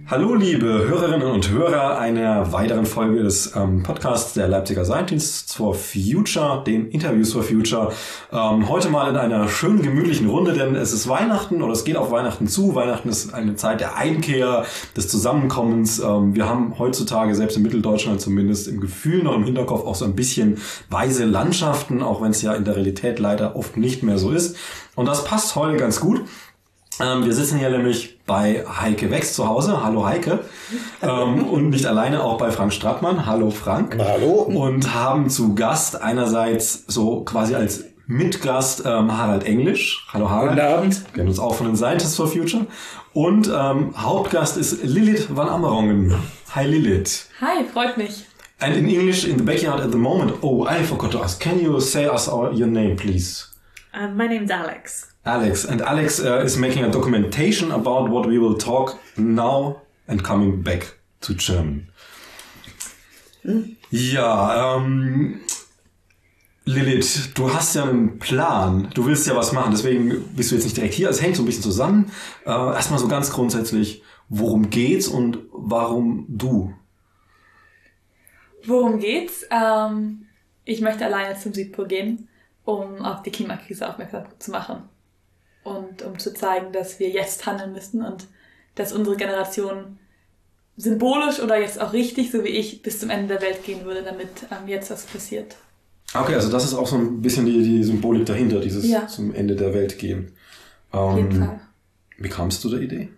Hallo liebe Hörerinnen und Hörer einer weiteren Folge des Podcasts der Leipziger Scientists for Future, den Interviews for Future. Heute mal in einer schönen gemütlichen Runde, denn es ist Weihnachten oder es geht auf Weihnachten zu. Weihnachten ist eine Zeit der Einkehr, des Zusammenkommens. Wir haben heutzutage, selbst in Mitteldeutschland zumindest, im Gefühl noch im Hinterkopf auch so ein bisschen weiße Landschaften, auch wenn es ja in der Realität leider oft nicht mehr so ist. Und das passt heute ganz gut. Wir sitzen hier nämlich bei Heike Wex zu Hause. Hallo Heike. Und nicht alleine, auch bei Frank Strattmann. Hallo Frank. Hallo. Und haben zu Gast einerseits so quasi als Mitgast Harald Englisch. Hallo Harald. Guten Abend. Wir kennen uns auch von den Scientists for Future. Und Hauptgast ist Lilith van Amerongen. Hi Lilith. Hi, freut mich. And in English, in the backyard at the moment. Oh, I forgot to ask. Can you say us your name, please? My name's Alex. Alex. And Alex is making a documentation about what we will talk now and coming back to German. Ja, Lilith, du hast ja einen Plan. Du willst ja was machen, deswegen bist du jetzt nicht direkt hier. Es hängt so ein bisschen zusammen. Erstmal so ganz grundsätzlich, worum geht's und warum du? Worum geht's? Ich möchte alleine zum Südpol gehen, um auf die Klimakrise aufmerksam zu machen. Und um zu zeigen, dass wir jetzt handeln müssen und dass unsere Generation symbolisch oder jetzt auch richtig, so wie ich, bis zum Ende der Welt gehen würde, damit jetzt was passiert. Okay, also das ist auch so ein bisschen die Symbolik dahinter, dieses zum Ende der Welt gehen. Auf jeden Fall. Wie kamst du der Idee?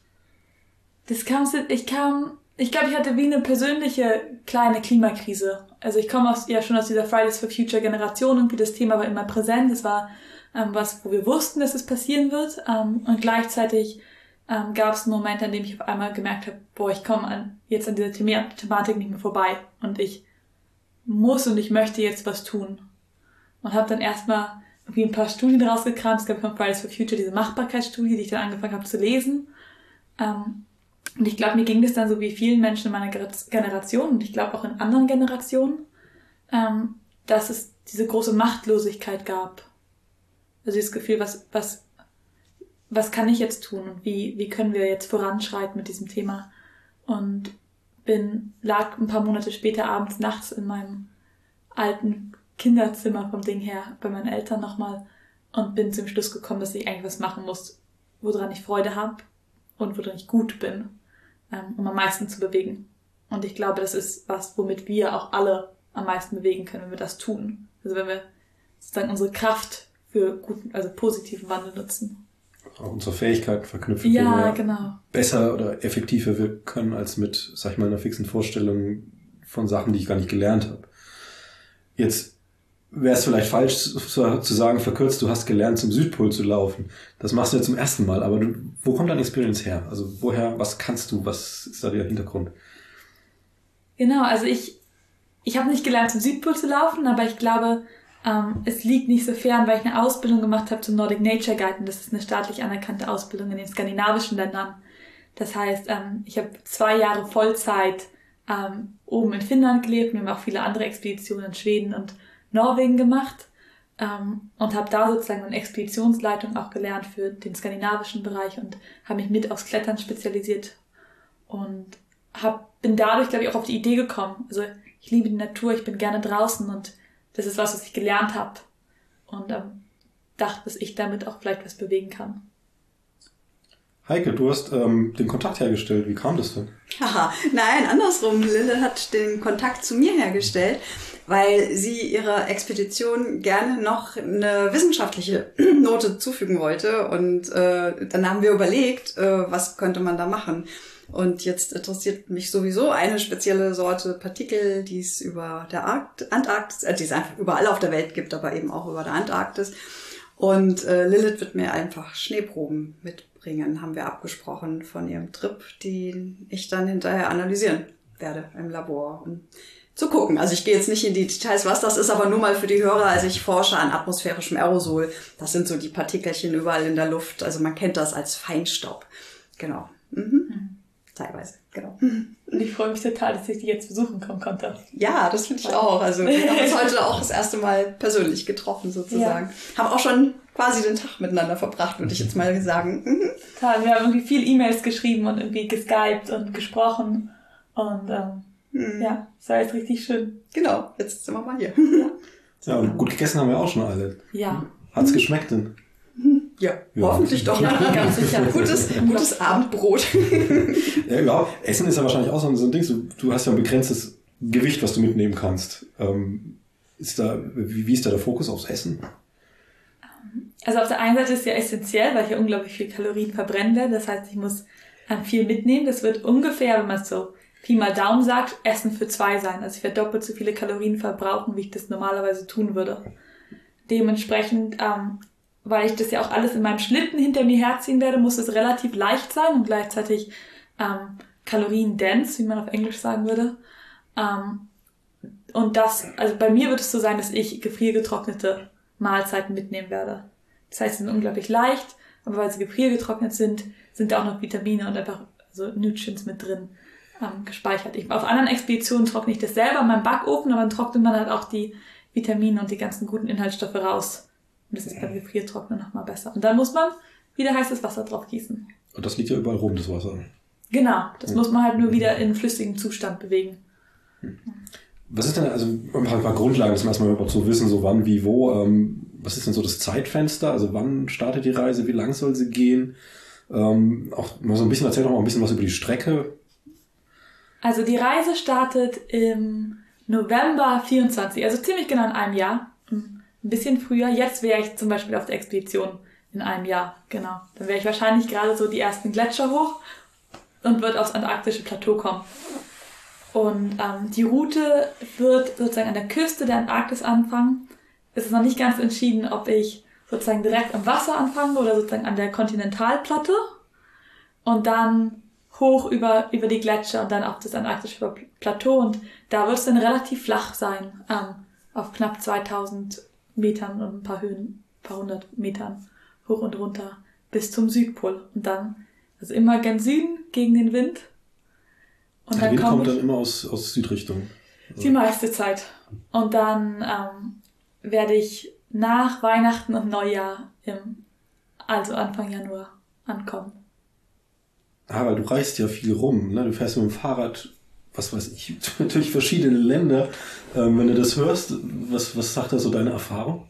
Ich glaube, ich hatte wie eine persönliche kleine Klimakrise. Also ich komme schon aus dieser Fridays for Future Generation und wie das Thema war immer präsent. Es war was, wo wir wussten, dass es passieren wird. Und gleichzeitig gab es einen Moment, an dem ich auf einmal gemerkt habe, ich komme jetzt an dieser Thematik nicht mehr vorbei. Und ich muss und ich möchte jetzt was tun. Und habe dann erstmal irgendwie ein paar Studien rausgekramt. Es gab von Fridays for Future diese Machbarkeitsstudie, die ich dann angefangen habe zu lesen. Und ich glaube, mir ging das dann so wie vielen Menschen in meiner Generation und ich glaube auch in anderen Generationen, dass es diese große Machtlosigkeit gab. Also dieses Gefühl, was kann ich jetzt tun und wie können wir jetzt voranschreiten mit diesem Thema? Und lag ein paar Monate später abends nachts in meinem alten Kinderzimmer vom Ding her bei meinen Eltern nochmal und bin zum Schluss gekommen, dass ich eigentlich was machen muss, woran ich Freude habe und woran ich gut bin, um am meisten zu bewegen. Und ich glaube, das ist was, womit wir auch alle am meisten bewegen können, wenn wir das tun. Also wenn wir sozusagen unsere Kraft für guten, also positiven Wandel nutzen. Auch unsere Fähigkeiten verknüpfen, die wir besser oder effektiver wirken können, als mit, sag ich mal, einer fixen Vorstellung von Sachen, die ich gar nicht gelernt habe. Jetzt wäre es vielleicht falsch zu sagen, verkürzt, du hast gelernt, zum Südpol zu laufen. Das machst du ja zum ersten Mal, aber wo kommt deine Experience her? Also was kannst du, was ist da der Hintergrund? Genau, also ich habe nicht gelernt, zum Südpol zu laufen, aber ich glaube, es liegt nicht so fern, weil ich eine Ausbildung gemacht habe zum Nordic Nature Guide und das ist eine staatlich anerkannte Ausbildung in den skandinavischen Ländern. Das heißt, ich habe 2 Jahre Vollzeit oben in Finnland gelebt, wir haben auch viele andere Expeditionen in Schweden und Norwegen gemacht und habe da sozusagen eine Expeditionsleitung auch gelernt für den skandinavischen Bereich und habe mich mit aufs Klettern spezialisiert und bin dadurch, glaube ich, auch auf die Idee gekommen. Also ich liebe die Natur, ich bin gerne draußen und das ist was ich gelernt habe und dachte, dass ich damit auch vielleicht was bewegen kann. Heike, du hast den Kontakt hergestellt. Wie kam das denn? Haha, nein, andersrum. Lille hat den Kontakt zu mir hergestellt, weil sie ihrer Expedition gerne noch eine wissenschaftliche Note zufügen wollte. Und dann haben wir überlegt, was könnte man da machen. Und jetzt interessiert mich sowieso eine spezielle Sorte Partikel, die es über der Antarktis, die es einfach überall auf der Welt gibt, aber eben auch über der Antarktis. Und Lilith wird mir einfach Schneeproben mitbringen, haben wir abgesprochen von ihrem Trip, die ich dann hinterher analysieren werde im Labor, um zu gucken. Also ich gehe jetzt nicht in die Details, was das ist, aber nur mal für die Hörer. Also ich forsche an atmosphärischem Aerosol. Das sind so die Partikelchen überall in der Luft. Also man kennt das als Feinstaub. Genau. teilweise, genau. Und ich freue mich total, dass ich die jetzt besuchen kommen konnte. Ja, das finde ich auch. Also wir haben uns heute auch das erste Mal persönlich getroffen sozusagen. Ja. Haben auch schon quasi den Tag miteinander verbracht, würde ich jetzt mal sagen. Total, wir haben irgendwie viel E-Mails geschrieben und irgendwie geskypt und gesprochen. Und ja, das war jetzt richtig schön. Genau, jetzt sind wir mal hier. Ja, und gut gegessen haben wir auch schon alle. Ja. Hat's geschmeckt denn? Ja, hoffentlich doch. Ganz sicher. Gutes Abendbrot. Ja, überhaupt. Essen ist ja wahrscheinlich auch so ein Ding. Du hast ja ein begrenztes Gewicht, was du mitnehmen kannst. Wie ist da der Fokus aufs Essen? Also auf der einen Seite ist es ja essentiell, weil ich ja unglaublich viel Kalorien verbrennen werde. Das heißt, ich muss viel mitnehmen. Das wird ungefähr, wenn man es so Pi mal Daumen sagt, Essen für 2 sein. Also ich werde doppelt so viele Kalorien verbrauchen, wie ich das normalerweise tun würde. Dementsprechend, weil ich das ja auch alles in meinem Schlitten hinter mir herziehen werde, muss es relativ leicht sein und gleichzeitig kaloriendense, wie man auf Englisch sagen würde. Und das, also bei mir wird es so sein, dass ich gefriergetrocknete Mahlzeiten mitnehmen werde. Das heißt, sie sind unglaublich leicht, aber weil sie gefriergetrocknet sind, sind da auch noch Vitamine und einfach so Nutrients mit drin gespeichert. Auf anderen Expeditionen trockne ich das selber in meinem Backofen, aber dann trocknet man halt auch die Vitamine und die ganzen guten Inhaltsstoffe raus. Und das ist beim Gefriertrocknen nochmal besser. Und dann muss man wieder heißes Wasser drauf gießen. Und das liegt ja überall rum, das Wasser. Genau, das muss man halt nur wieder in flüssigem Zustand bewegen. Was ist denn, also ein paar Grundlagen, dass wir erstmal überhaupt so wissen, so wann, wie, wo. Was ist denn so das Zeitfenster? Also wann startet die Reise? Wie lang soll sie gehen? Auch mal so ein bisschen, erzähl doch mal ein bisschen was über die Strecke. Also die Reise startet im November 24, also ziemlich genau in einem Jahr. Ein bisschen früher. Jetzt wäre ich zum Beispiel auf der Expedition in einem Jahr, genau. Dann wäre ich wahrscheinlich gerade so die ersten Gletscher hoch und wird aufs antarktische Plateau kommen. Und die Route wird sozusagen an der Küste der Antarktis anfangen. Es ist noch nicht ganz entschieden, ob ich sozusagen direkt am Wasser anfange oder sozusagen an der Kontinentalplatte und dann hoch über die Gletscher und dann auf das antarktische Plateau. Und da wird es dann relativ flach sein, auf knapp 2000 Metern und ein paar 100 Metern hoch und runter bis zum Südpol. Und dann, also immer gen Süden gegen den Wind. Und der Wind kommt dann immer aus Südrichtung. Die meiste Zeit. Und dann werde ich nach Weihnachten und Neujahr also Anfang Januar ankommen. Aber du reist ja viel rum, ne? Du fährst mit dem Fahrrad, was weiß ich, durch verschiedene Länder. Wenn du das hörst, was sagt da so deine Erfahrung?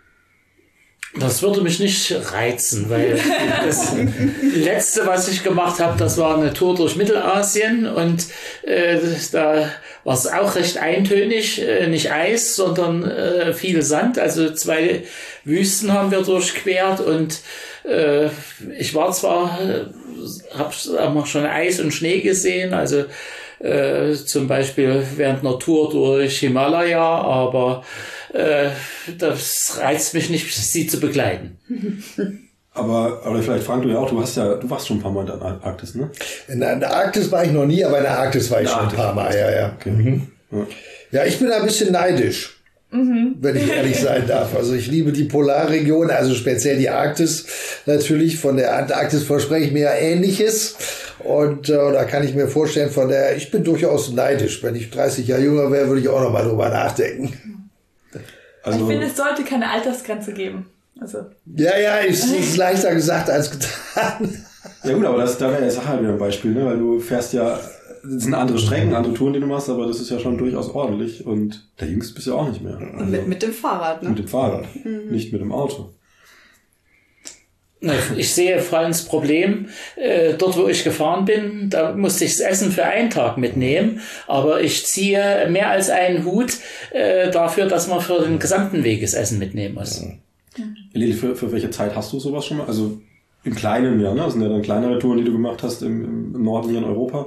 Das würde mich nicht reizen, weil das letzte, was ich gemacht habe, das war eine Tour durch Mittelasien und da war es auch recht eintönig, nicht Eis, sondern viel Sand, also 2 Wüsten haben wir durchquert und ich war zwar, habe auch schon Eis und Schnee gesehen, also zum Beispiel während einer Tour durch Himalaya, aber das reizt mich nicht, sie zu begleiten. Aber vielleicht, Frank, du ja auch, du warst schon ein paar Mal in der Antarktis, ne? In der Antarktis war ich noch nie, aber in der Arktis war ich schon ein paar Mal, ja. Okay. Ja, ich bin da ein bisschen neidisch. Wenn ich ehrlich sein darf. Also ich liebe die Polarregion, also speziell die Arktis natürlich. Von der Antarktis verspreche ich mir ja Ähnliches. Und da kann ich mir vorstellen, ich bin durchaus neidisch. Wenn ich 30 Jahre jünger wäre, würde ich auch noch mal drüber nachdenken. Also, ich finde, es sollte keine Altersgrenze geben. Also. Ja, ist leichter gesagt als getan. Ja gut, aber da wäre jetzt halt wieder ein Beispiel, ne? Weil du fährst ja, das sind andere Strecken, andere Touren, die du machst, aber das ist ja schon durchaus ordentlich. Und der Jüngste bist du ja auch nicht mehr. Also mit dem Fahrrad, ne? Mit dem Fahrrad, nicht mit dem Auto. Ich sehe vor allem das Problem, dort wo ich gefahren bin, da musste ich das Essen für einen Tag mitnehmen, aber ich ziehe mehr als einen Hut dafür, dass man für den gesamten Weg das Essen mitnehmen muss. Lili, für welche Zeit hast du sowas schon mal? Also im Kleinen, ja, ne? Das sind ja dann kleinere Touren, die du gemacht hast im Norden hier in Europa.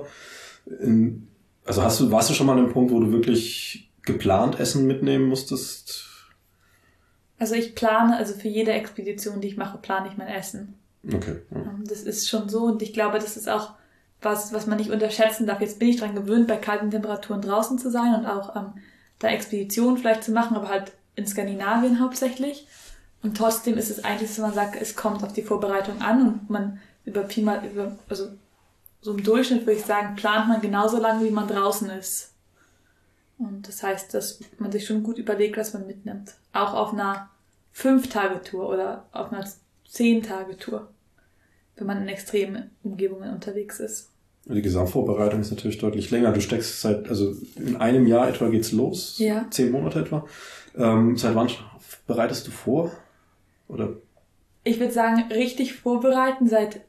Also warst du schon mal an einem Punkt, wo du wirklich geplant Essen mitnehmen musstest? Also ich plane, also für jede Expedition, die ich mache, plane ich mein Essen. Okay. Ja. Das ist schon so und ich glaube, das ist auch was man nicht unterschätzen darf. Jetzt bin ich dran gewöhnt, bei kalten Temperaturen draußen zu sein und auch da Expeditionen vielleicht zu machen, aber halt in Skandinavien hauptsächlich. Und trotzdem ist es eigentlich, dass man sagt, es kommt auf die Vorbereitung an und man so im Durchschnitt würde ich sagen, plant man genauso lange, wie man draußen ist. Und das heißt, dass man sich schon gut überlegt, was man mitnimmt. Auch auf einer 5-Tage-Tour oder auf einer 10-Tage-Tour, wenn man in extremen Umgebungen unterwegs ist. Die Gesamtvorbereitung ist natürlich deutlich länger. Du steckst also in einem Jahr etwa geht's los. Ja. 10 Monate etwa. Seit wann bereitest du vor? Oder? Ich würde sagen, richtig vorbereiten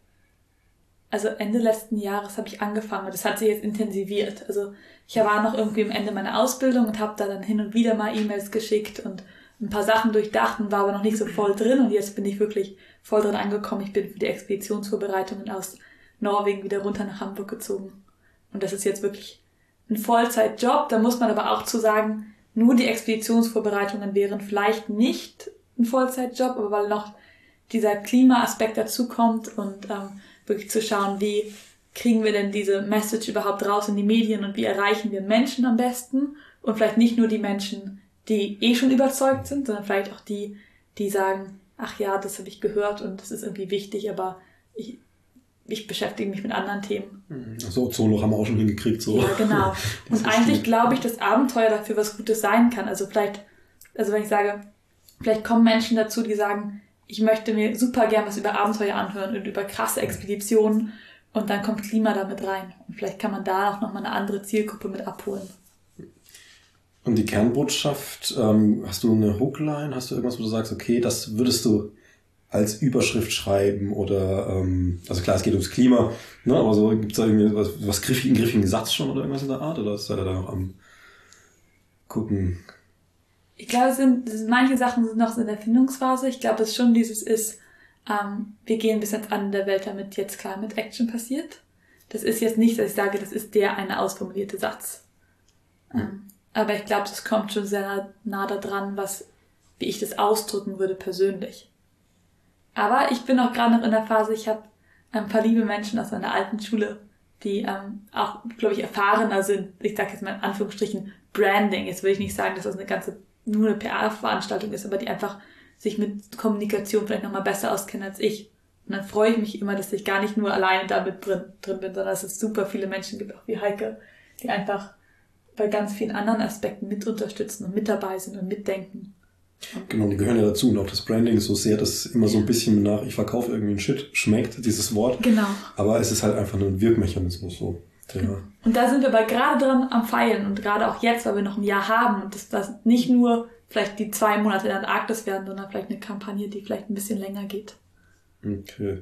also Ende letzten Jahres habe ich angefangen und das hat sich jetzt intensiviert. Also ich war noch irgendwie am Ende meiner Ausbildung und habe da dann hin und wieder mal E-Mails geschickt und ein paar Sachen durchdacht und war aber noch nicht so voll drin und jetzt bin ich wirklich voll drin angekommen. Ich bin für die Expeditionsvorbereitungen aus Norwegen wieder runter nach Hamburg gezogen. Und das ist jetzt wirklich ein Vollzeitjob. Da muss man aber auch zu sagen, nur die Expeditionsvorbereitungen wären vielleicht nicht ein Vollzeitjob, aber weil noch dieser Klimaaspekt dazu kommt und wirklich zu schauen, wie kriegen wir denn diese Message überhaupt raus in die Medien und wie erreichen wir Menschen am besten und vielleicht nicht nur die Menschen, die schon überzeugt sind, sondern vielleicht auch die sagen, ach ja, das habe ich gehört und das ist irgendwie wichtig, aber ich beschäftige mich mit anderen Themen. So, Ozonloch haben wir auch schon hingekriegt. So. Ja, genau. Und eigentlich glaube ich, dass Abenteuer dafür was Gutes sein kann. Also wenn ich sage, vielleicht kommen Menschen dazu, die sagen, ich möchte mir super gern was über Abenteuer anhören und über krasse Expeditionen und dann kommt Klima damit rein. Und vielleicht kann man da auch nochmal eine andere Zielgruppe mit abholen. Und die Kernbotschaft, hast du eine Hookline? Hast du irgendwas, wo du sagst, okay, das würdest du als Überschrift schreiben oder, also klar, es geht ums Klima, ne, aber so gibt's da irgendwie was griffigen Satz schon oder irgendwas in der Art oder seid ihr da noch am gucken? Ich glaube, manche Sachen sind noch in der Findungsphase. Ich glaube, es schon wir gehen bis ans Ende der Welt, damit jetzt Climate Action passiert. Das ist jetzt nicht, dass ich sage, das ist der eine ausformulierte Satz. Aber ich glaube, das kommt schon sehr nah da dran, wie ich das ausdrücken würde persönlich. Aber ich bin auch gerade noch in der Phase, ich habe ein paar liebe Menschen aus einer alten Schule, die auch, glaube ich, erfahrener sind. Ich sage jetzt mal in Anführungsstrichen Branding. Jetzt will ich nicht sagen, dass das nur eine PR-Veranstaltung ist, aber die einfach sich mit Kommunikation vielleicht nochmal besser auskennen als ich. Und dann freue ich mich immer, dass ich gar nicht nur alleine damit drin bin, sondern dass es super viele Menschen gibt, auch wie Heike, die einfach bei ganz vielen anderen Aspekten mit unterstützen und mit dabei sind und mitdenken. Genau, die gehören ja dazu. Und auch das Branding ist so sehr, dass immer so ein bisschen nach ich verkaufe irgendwie einen Shit schmeckt, dieses Wort. Genau. Aber es ist halt einfach nur ein Wirkmechanismus so. Ja. Und da sind wir aber gerade dran am Feilen und gerade auch jetzt, weil wir noch ein Jahr haben und das nicht nur vielleicht die 2 Monate in der Antarktis werden, sondern vielleicht eine Kampagne, die vielleicht ein bisschen länger geht. Okay.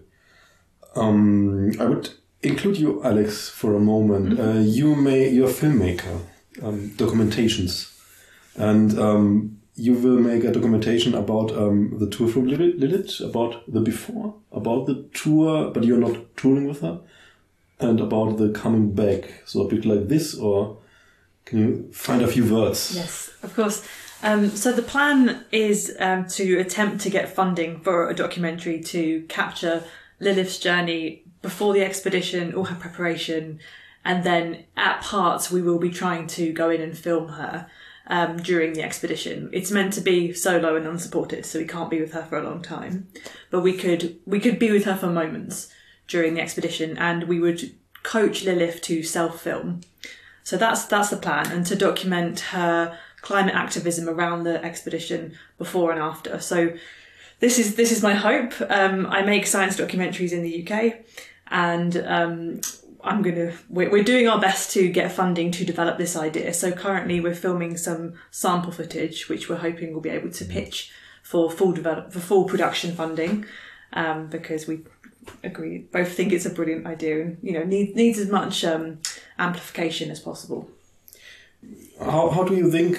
I would include you, Alex, for a moment. You're a filmmaker, documentations. And you will make a documentation about the tour from Lilith, about the before, about the tour, but you're not touring with her, and about the coming back. So a bit like this, or can you find a few words? Yes, of course. So the plan is to attempt to get funding for a documentary to capture Lilith's journey before the expedition, all her preparation, and then at parts we will be trying to go in and film her during the expedition. It's meant to be solo and unsupported, so we can't be with her for a long time, but we could be with her for moments during the expedition, and we would coach Lilith to self-film. So that's the plan, and to document her climate activism around the expedition before and after. So this is my hope. I make science documentaries in the UK, and we're doing our best to get funding to develop this idea. So currently we're filming some sample footage, which we're hoping we'll be able to pitch for full production funding, because we both think it's a brilliant idea and needs as much amplification as possible. How do you think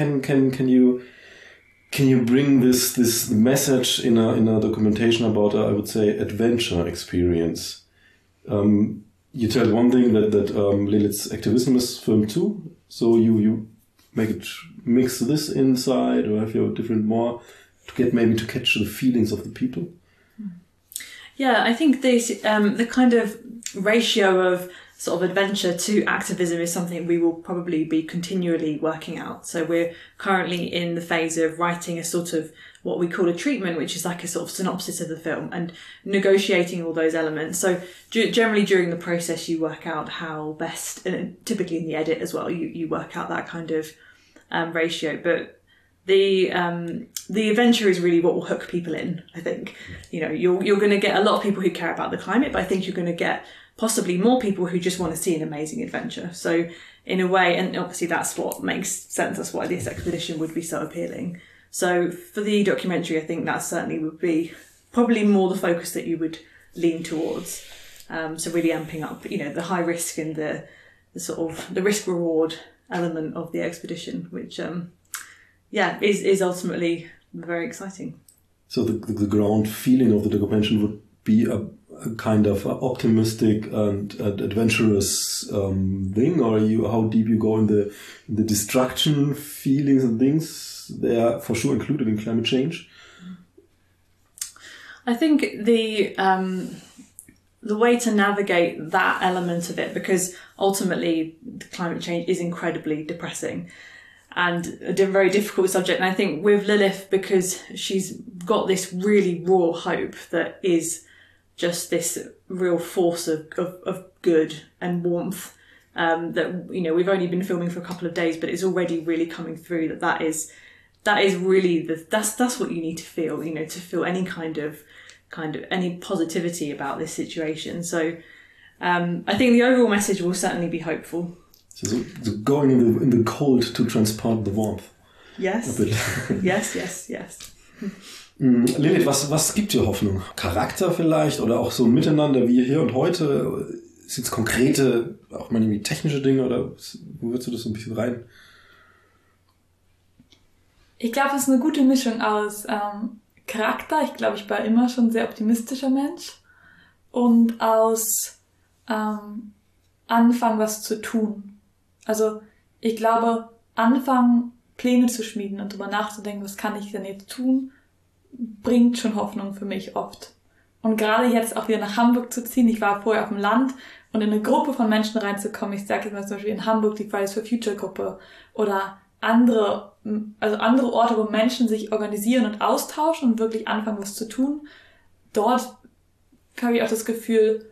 can you bring this message in a documentation about I would say adventure experience? You tell one thing that Lilith's activism is filmed too, so you make it mix this inside, or have you different more to catch the feelings of the people? Yeah, I think this the kind of ratio of sort of adventure to activism is something we will probably be continually working out. So we're currently in the phase of writing a sort of what we call a treatment, which is like a sort of synopsis of the film, and negotiating all those elements. So generally during the process, you work out how best, and typically in the edit as well, you work out that kind of ratio. But the adventure is really what will hook people in, I think. You know, you're going to get a lot of people who care about the climate, but I think you're going to get possibly more people who just want to see an amazing adventure. So in a way, and obviously that's what makes sense, that's why this expedition would be so appealing. So for the documentary, I think that certainly would be probably more the focus that you would lean towards. So really amping up, you know, the high risk and the sort of the risk reward element of the expedition, which is ultimately very exciting. So the ground feeling of the documentary would be a kind of optimistic and adventurous thing, or how deep you go in the destruction feelings and things? They are for sure included in climate change. I think the way to navigate that element of it, because ultimately climate change is incredibly depressing and a very difficult subject. And I think with Lilith, because she's got this really raw hope that is just this real force of good and warmth, that, you know, we've only been filming for a couple of days, but it's already really coming through that is really that's what you need to feel, you know, to feel any kind of any positivity about this situation. So I think the overall message will certainly be hopeful. So going in the cold to transport the warmth. Yes. yes. Lilith, was gibt dir Hoffnung? Charakter vielleicht oder auch so ein Miteinander wie hier und heute? Sind es konkrete, auch mal irgendwie technische Dinge, oder wo würdest du das so ein bisschen rein? Ich glaube, es ist eine gute Mischung aus Charakter. Ich glaube, ich war immer schon ein sehr optimistischer Mensch. Und aus Anfangen, was zu tun. Also ich glaube, anfangen, Pläne zu schmieden und darüber nachzudenken, was kann ich denn jetzt tun, bringt schon Hoffnung für mich oft. Und gerade jetzt auch wieder nach Hamburg zu ziehen, ich war vorher auf dem Land, und in eine Gruppe von Menschen reinzukommen, ich sage jetzt mal zum Beispiel in Hamburg die Fridays for Future Gruppe oder andere Orte, wo Menschen sich organisieren und austauschen und wirklich anfangen, was zu tun, dort habe ich auch das Gefühl,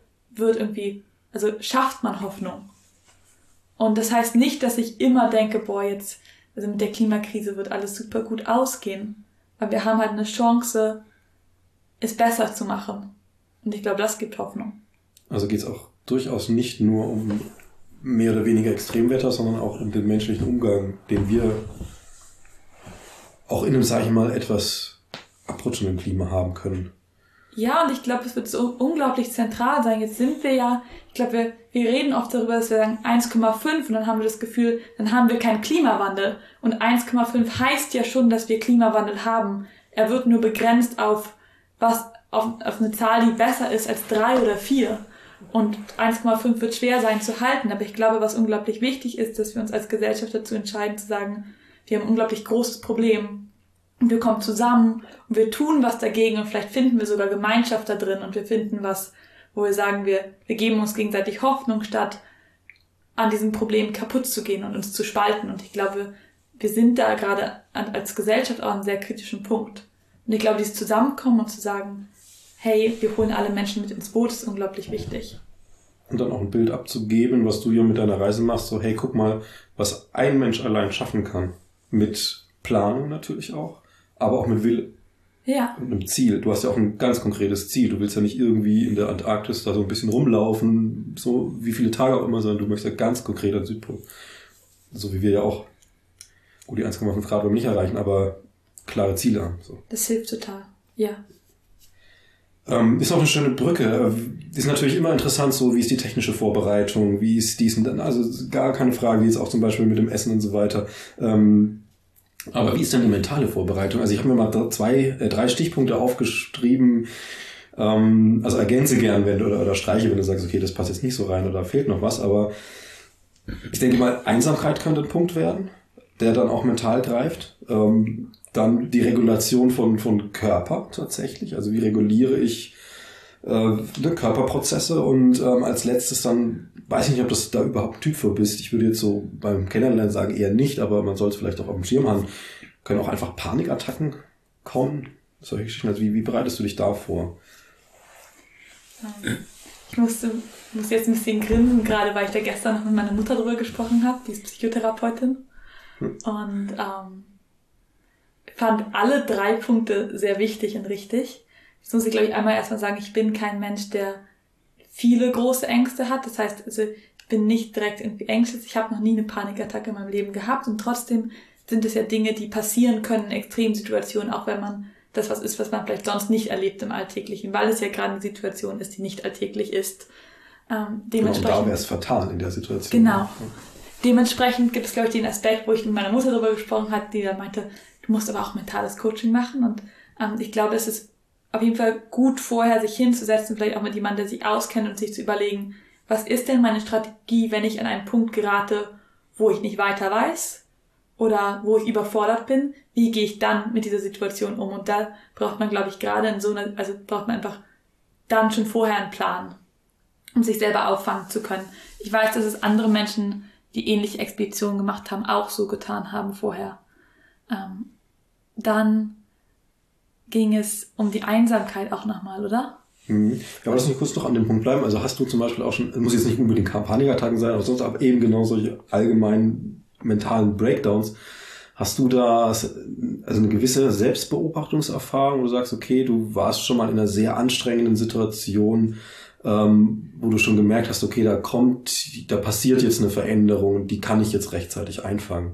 schafft man Hoffnung. Und das heißt nicht, dass ich immer denke, mit der Klimakrise wird alles super gut ausgehen. Aber wir haben halt eine Chance, es besser zu machen. Und ich glaube, das gibt Hoffnung. Also geht es auch durchaus nicht nur um mehr oder weniger Extremwetter, sondern auch um den menschlichen Umgang, den wir auch in einem, sage ich mal, etwas abrutschenden Klima haben können. Ja, und ich glaube, es wird so unglaublich zentral sein. Jetzt sind wir wir reden oft darüber, dass wir sagen 1,5 und dann haben wir das Gefühl, dann haben wir keinen Klimawandel. Und 1,5 heißt ja schon, dass wir Klimawandel haben. Er wird nur begrenzt auf eine Zahl, die besser ist als 3 oder 4. Und 1,5 wird schwer sein zu halten. Aber ich glaube, was unglaublich wichtig ist, dass wir uns als Gesellschaft dazu entscheiden, zu sagen, wir haben ein unglaublich großes Problem. Und wir kommen zusammen und wir tun was dagegen und vielleicht finden wir sogar Gemeinschaft da drin und wir finden was, wo wir sagen, wir geben uns gegenseitig Hoffnung, statt an diesem Problem kaputt zu gehen und uns zu spalten. Und ich glaube, wir sind da gerade als Gesellschaft auch an einem sehr kritischen Punkt. Und ich glaube, dieses Zusammenkommen und zu sagen, hey, wir holen alle Menschen mit ins Boot, ist unglaublich wichtig. Und dann auch ein Bild abzugeben, was du hier mit deiner Reise machst, so hey, guck mal, was ein Mensch allein schaffen kann. Mit Planung natürlich auch, aber auch mit Wille. Ja. Und einem Ziel. Du hast ja auch ein ganz konkretes Ziel. Du willst ja nicht irgendwie in der Antarktis da so ein bisschen rumlaufen, so wie viele Tage auch immer, sondern du möchtest ja ganz konkret an den Südpol. So wie wir ja auch. Gut, die 1,5 Grad wollen wir nicht erreichen, aber klare Ziele haben. So. Das hilft total. Ja. Ist auch eine schöne Brücke. Ist natürlich immer interessant, so wie ist die technische Vorbereitung, wie ist dies und dann, also gar keine Frage, wie ist auch zum Beispiel mit dem Essen und so weiter. Aber wie ist denn die mentale Vorbereitung? Also ich habe mir mal 3 Stichpunkte aufgeschrieben. Also ergänze gern, wenn du oder streiche, wenn du sagst, okay, das passt jetzt nicht so rein oder fehlt noch was. Aber ich denke mal, Einsamkeit könnte ein Punkt werden, der dann auch mental greift. Dann die Regulation von Körper tatsächlich. Also wie reguliere ich Körperprozesse und als letztes dann, weiß ich nicht, ob das da überhaupt ein Typ für bist. Ich würde jetzt so beim Kennenlernen sagen, eher nicht, aber man soll es vielleicht auch auf dem Schirm haben. Können auch einfach Panikattacken kommen. Solche Geschichten. Also wie bereitest du dich da vor? Ich muss jetzt ein bisschen grinsen, gerade weil ich da gestern noch mit meiner Mutter drüber gesprochen habe, die ist Psychotherapeutin. Und fand alle 3 Punkte sehr wichtig und richtig. Jetzt muss ich, glaube ich, einmal erstmal sagen, ich bin kein Mensch, der viele große Ängste hat. Das heißt, also ich bin nicht direkt irgendwie ängstlich. Ich habe noch nie eine Panikattacke in meinem Leben gehabt. Und trotzdem sind es ja Dinge, die passieren können in Extremsituationen, auch wenn man das was ist, was man vielleicht sonst nicht erlebt im Alltäglichen, weil es ja gerade eine Situation ist, die nicht alltäglich ist. Dementsprechend, da wäre es fatal in der Situation. Genau. Dementsprechend gibt es, glaube ich, den Aspekt, wo ich mit meiner Mutter darüber gesprochen habe, die da meinte, du musst aber auch mentales Coaching machen. Und ich glaube, es ist auf jeden Fall gut, vorher sich hinzusetzen, vielleicht auch mit jemandem, der sich auskennt und sich zu überlegen, was ist denn meine Strategie, wenn ich an einen Punkt gerate, wo ich nicht weiter weiß oder wo ich überfordert bin, wie gehe ich dann mit dieser Situation um? Und da braucht man, glaube ich, gerade in so einer, also braucht man einfach dann schon vorher einen Plan, um sich selber auffangen zu können. Ich weiß, dass es andere Menschen, die ähnliche Expeditionen gemacht haben, auch so getan haben vorher. Dann ging es um die Einsamkeit auch nochmal, oder? Ja, aber lass mich kurz noch an dem Punkt bleiben. Also hast du zum Beispiel auch schon, muss jetzt nicht unbedingt Panikattacken sein, aber sonst aber eben genau solche allgemeinen mentalen Breakdowns. Hast du da also eine gewisse Selbstbeobachtungserfahrung, wo du sagst, okay, du warst schon mal in einer sehr anstrengenden Situation, wo du schon gemerkt hast, okay, da passiert jetzt eine Veränderung, die kann ich jetzt rechtzeitig einfangen?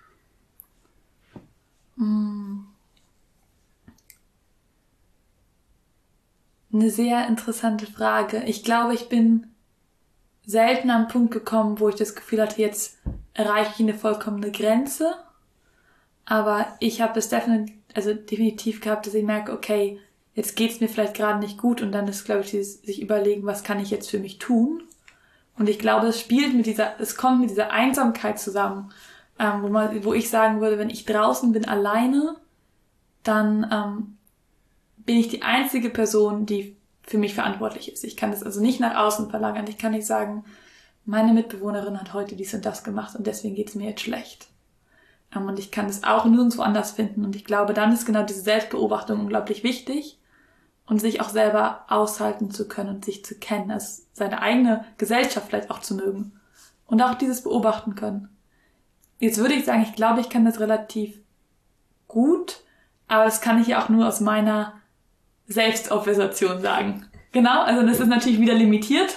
Eine sehr interessante Frage. Ich glaube, ich bin selten an einen Punkt gekommen, wo ich das Gefühl hatte, jetzt erreiche ich eine vollkommene Grenze. Aber ich habe es definitiv gehabt, dass ich merke, okay, jetzt geht's mir vielleicht gerade nicht gut und dann ist, glaube ich, dieses sich überlegen, was kann ich jetzt für mich tun? Und ich glaube, es kommt mit dieser Einsamkeit zusammen, wo ich sagen würde, wenn ich draußen bin alleine, dann bin ich die einzige Person, die für mich verantwortlich ist. Ich kann das also nicht nach außen verlagern. Ich kann nicht sagen, meine Mitbewohnerin hat heute dies und das gemacht und deswegen geht's mir jetzt schlecht. Und ich kann das auch nirgendwo anders finden. Und ich glaube, dann ist genau diese Selbstbeobachtung unglaublich wichtig und sich auch selber aushalten zu können und sich zu kennen, also seine eigene Gesellschaft vielleicht auch zu mögen und auch dieses beobachten können. Jetzt würde ich sagen, ich glaube, ich kann das relativ gut, aber das kann ich ja auch nur aus meiner Selbstobservation sagen. Genau, also das ist natürlich wieder limitiert.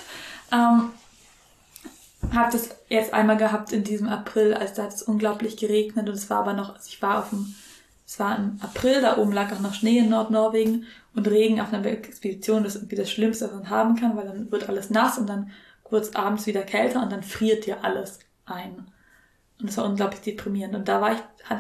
Habe das jetzt einmal gehabt in diesem April, als da hat es unglaublich geregnet und es war aber noch, also es war im April, da oben lag auch noch Schnee in Nordnorwegen und Regen auf einer Expedition, das ist irgendwie das Schlimmste, was man haben kann, weil dann wird alles nass und dann wird es abends wieder kälter und dann friert dir alles ein. Und das war unglaublich deprimierend und da war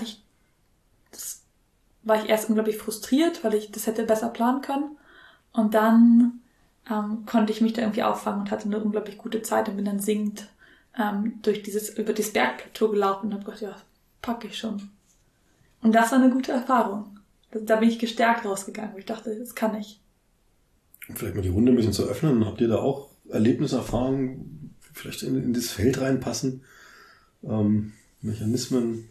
ich erst unglaublich frustriert, weil ich das hätte besser planen können. Und dann konnte ich mich da irgendwie auffangen und hatte eine unglaublich gute Zeit und bin dann singend über dieses Bergplateau gelaufen und habe gedacht, ja, packe ich schon. Und das war eine gute Erfahrung. Da bin ich gestärkt rausgegangen, wo ich dachte, das kann ich. Vielleicht mal die Runde ein bisschen zu öffnen. Habt ihr da auch Erlebnisse, Erfahrungen, vielleicht in das Feld reinpassen? Mechanismen?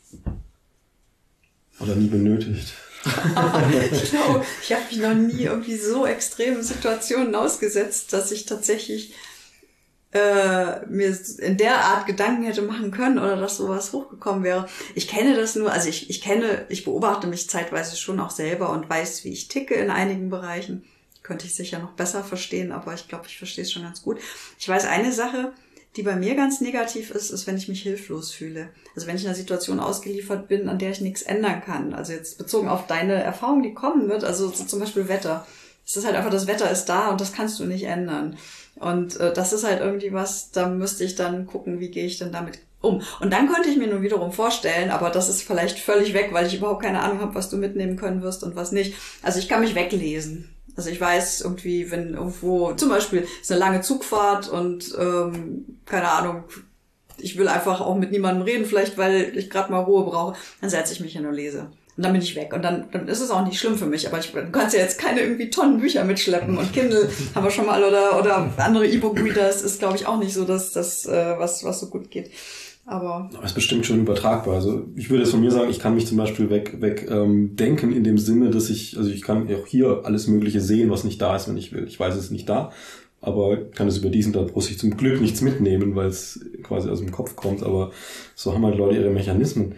Oder nie benötigt? Ich glaube, ich habe mich noch nie irgendwie so extremen Situationen ausgesetzt, dass ich tatsächlich mir in der Art Gedanken hätte machen können oder dass sowas hochgekommen wäre. Ich kenne das nur, also ich beobachte mich zeitweise schon auch selber und weiß, wie ich ticke in einigen Bereichen. Könnte ich sicher noch besser verstehen, aber ich glaube, ich verstehe es schon ganz gut. Ich weiß eine Sache, die bei mir ganz negativ ist, wenn ich mich hilflos fühle. Also wenn ich in einer Situation ausgeliefert bin, an der ich nichts ändern kann. Also jetzt bezogen auf deine Erfahrung, die kommen wird, also so zum Beispiel Wetter. Es ist halt einfach, das Wetter ist da und das kannst du nicht ändern. Und das ist halt irgendwie was, da müsste ich dann gucken, wie gehe ich denn damit um. Und dann könnte ich mir nur wiederum vorstellen, aber das ist vielleicht völlig weg, weil ich überhaupt keine Ahnung habe, was du mitnehmen können wirst und was nicht. Also ich kann mich weglesen. Also ich weiß irgendwie, wenn irgendwo, zum Beispiel ist eine lange Zugfahrt und keine Ahnung, ich will einfach auch mit niemandem reden, vielleicht weil ich gerade mal Ruhe brauche, dann setze ich mich hin und lese. Und dann bin ich weg. Und dann ist es auch nicht schlimm für mich. Aber du kannst ja jetzt keine irgendwie Tonnen Bücher mitschleppen. Und Kindle haben wir schon mal oder andere E-Book-Readers ist, glaube ich, auch nicht so, dass das was so gut geht. Aber ist bestimmt schon übertragbar. Also ich würde jetzt von mir sagen, ich kann mich zum Beispiel denken in dem Sinne, dass ich kann auch hier alles Mögliche sehen, was nicht da ist, wenn ich will. Ich weiß, es ist nicht da, aber kann es über diesen da brust ich zum Glück nichts mitnehmen, weil es quasi aus dem Kopf kommt. Aber so haben halt Leute ihre Mechanismen.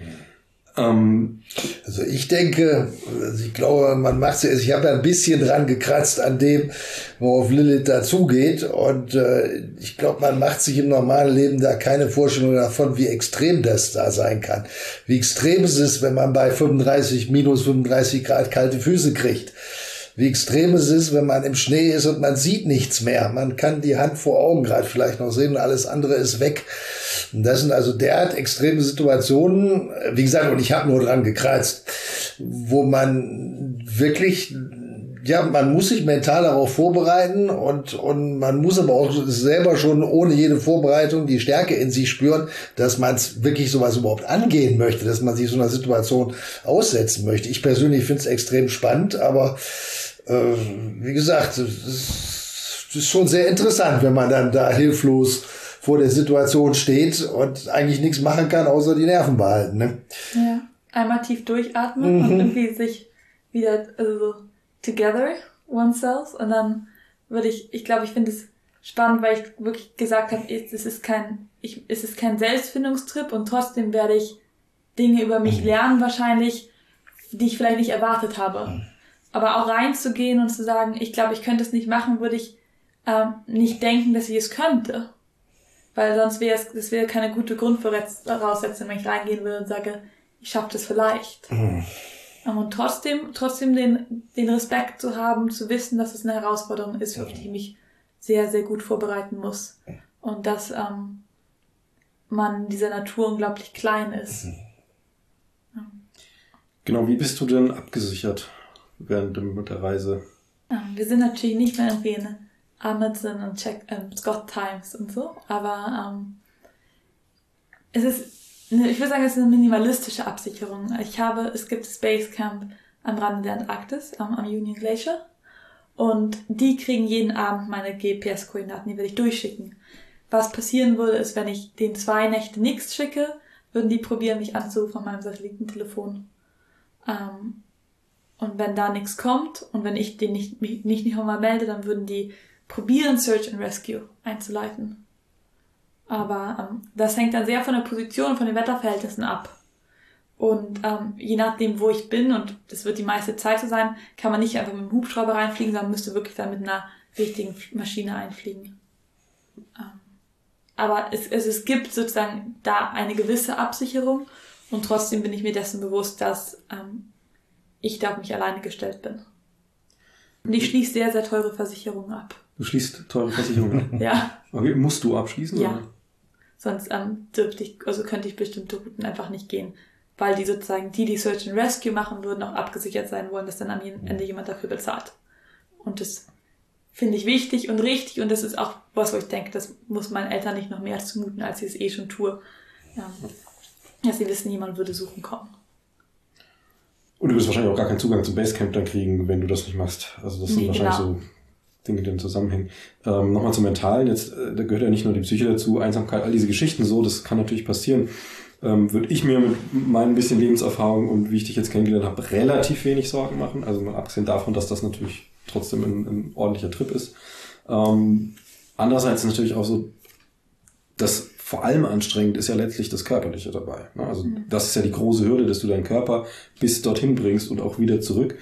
Also ich denke, ich glaube, ich habe ja ein bisschen dran gekratzt an dem, worauf Lilith dazugeht und ich glaube, man macht sich im normalen Leben da keine Vorstellung davon, wie extrem das da sein kann. Wie extrem es ist, wenn man bei minus 35 Grad kalte Füße kriegt. Wie extrem es ist, wenn man im Schnee ist und man sieht nichts mehr. Man kann die Hand vor Augen gerade vielleicht noch sehen und alles andere ist weg. Und das sind also derart extreme Situationen, wie gesagt, und ich habe nur dran gekratzt, wo man wirklich, ja, man muss sich mental darauf vorbereiten und man muss aber auch selber schon ohne jede Vorbereitung die Stärke in sich spüren, dass man wirklich sowas überhaupt angehen möchte, dass man sich so einer Situation aussetzen möchte. Ich persönlich finde es extrem spannend, aber wie gesagt, es ist schon sehr interessant, wenn man dann da hilflos vor der Situation steht und eigentlich nichts machen kann, außer die Nerven behalten. Ne? Ja, einmal tief durchatmen und irgendwie sich wieder, also so together oneself, und dann würde ich glaube, ich finde es spannend, weil ich wirklich gesagt habe, es ist kein Selbstfindungstrip und trotzdem werde ich Dinge über mich lernen wahrscheinlich, die ich vielleicht nicht erwartet habe. Aber auch reinzugehen und zu sagen, ich glaube, ich könnte es nicht machen, würde ich nicht denken, dass ich es könnte. Weil sonst das wäre keine gute Grundvoraussetzung, wenn ich reingehen würde und sage, ich schaffe das vielleicht. Und trotzdem den Respekt zu haben, zu wissen, dass es eine Herausforderung ist, auf die ich mich sehr, sehr gut vorbereiten muss. Und dass man in dieser Natur unglaublich klein ist. Ja. Genau, wie bist du denn abgesichert während der Reise? Wir sind natürlich nicht mehr irgendwie in Amazon und Scott Times und so, aber es ist, ich würde sagen, es ist eine minimalistische Absicherung. Es gibt das Basecamp am Rande der Antarktis, am Union Glacier, und die kriegen jeden Abend meine GPS-Koordinaten, die werde ich durchschicken. Was passieren würde, ist, wenn ich den 2 Nächte nichts schicke, würden die probieren, mich anzurufen auf meinem Satellitentelefon. Und wenn da nichts kommt und wenn ich den nicht nochmal melde, dann würden die probieren, Search and Rescue einzuleiten. Aber das hängt dann sehr von der Position und von den Wetterverhältnissen ab. Und je nachdem, wo ich bin, und das wird die meiste Zeit so sein, kann man nicht einfach mit dem Hubschrauber reinfliegen, sondern müsste wirklich dann mit einer richtigen Maschine einfliegen. Aber es gibt sozusagen da eine gewisse Absicherung, und trotzdem bin ich mir dessen bewusst, dass ich da auf mich alleine gestellt bin. Und ich schließe sehr, sehr teure Versicherungen ab. Du schließt teure Versicherungen ab? Ja. Okay, musst du abschließen? Ja. Oder? Sonst könnte ich bestimmte Routen einfach nicht gehen. Weil die sozusagen, die Search and Rescue machen würden, auch abgesichert sein wollen, dass dann am Ende jemand dafür bezahlt. Und das finde ich wichtig und richtig, und das ist auch was, wo ich denke, das muss meinen Eltern nicht noch mehr zumuten, als sie es eh schon tue. Dass sie wissen, jemand würde suchen kommen. Und du wirst wahrscheinlich auch gar keinen Zugang zum Basecamp dann kriegen, wenn du das nicht machst. Also das sind wahrscheinlich so Dinge, die dann zusammenhängen. Nochmal zum Mentalen. Jetzt, da gehört ja nicht nur die Psyche dazu, Einsamkeit, all diese Geschichten so, das kann natürlich passieren. Würde ich mir mit meinem bisschen Lebenserfahrung und wie ich dich jetzt kennengelernt habe, relativ wenig Sorgen machen. Also mal abgesehen davon, dass das natürlich trotzdem ein ordentlicher Trip ist. Andererseits ist natürlich auch so, dass vor allem anstrengend ist ja letztlich das Körperliche dabei. Also das ist ja die große Hürde, dass du deinen Körper bis dorthin bringst und auch wieder zurück.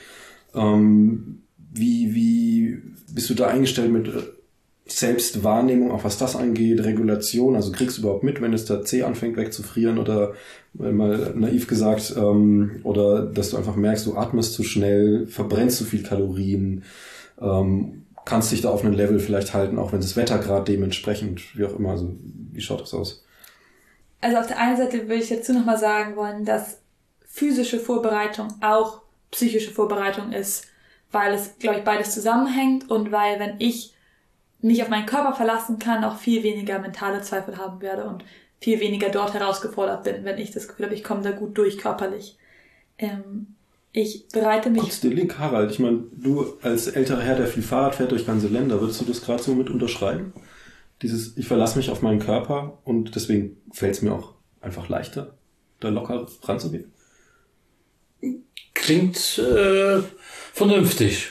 Wie bist du da eingestellt mit Selbstwahrnehmung, auch was das angeht, Regulation? Also kriegst du überhaupt mit, wenn es der Zeh anfängt wegzufrieren, oder mal naiv gesagt, oder dass du einfach merkst, du atmest zu schnell, verbrennst zu viel Kalorien, kannst dich da auf einem Level vielleicht halten, auch wenn das Wetter gerade dementsprechend, wie auch immer, also wie schaut das aus? Also auf der einen Seite würde ich dazu nochmal sagen wollen, dass physische Vorbereitung auch psychische Vorbereitung ist, weil es, glaube ich, beides zusammenhängt, und weil, wenn ich mich auf meinen Körper verlassen kann, auch viel weniger mentale Zweifel haben werde und viel weniger dort herausgefordert bin, wenn ich das Gefühl habe, ich komme da gut durch körperlich. Ich bereite mich... Kurz den Link, Harald. Ich meine, du als älterer Herr, der viel Fahrrad fährt durch ganze Länder, würdest du das gerade so mit unterschreiben? Ich verlasse mich auf meinen Körper und deswegen fällt es mir auch einfach leichter, da locker ranzugehen. Klingt vernünftig.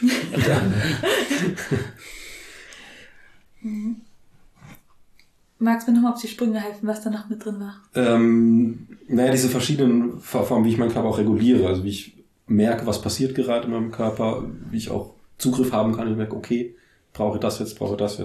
Magst du mir nochmal auf die Sprünge helfen, was da noch mit drin war? Diese verschiedenen Formen, wie ich meinen Körper auch reguliere, also wie ich merke, was passiert gerade in meinem Körper, wie ich auch Zugriff haben kann. Ich merke, okay, brauche das jetzt.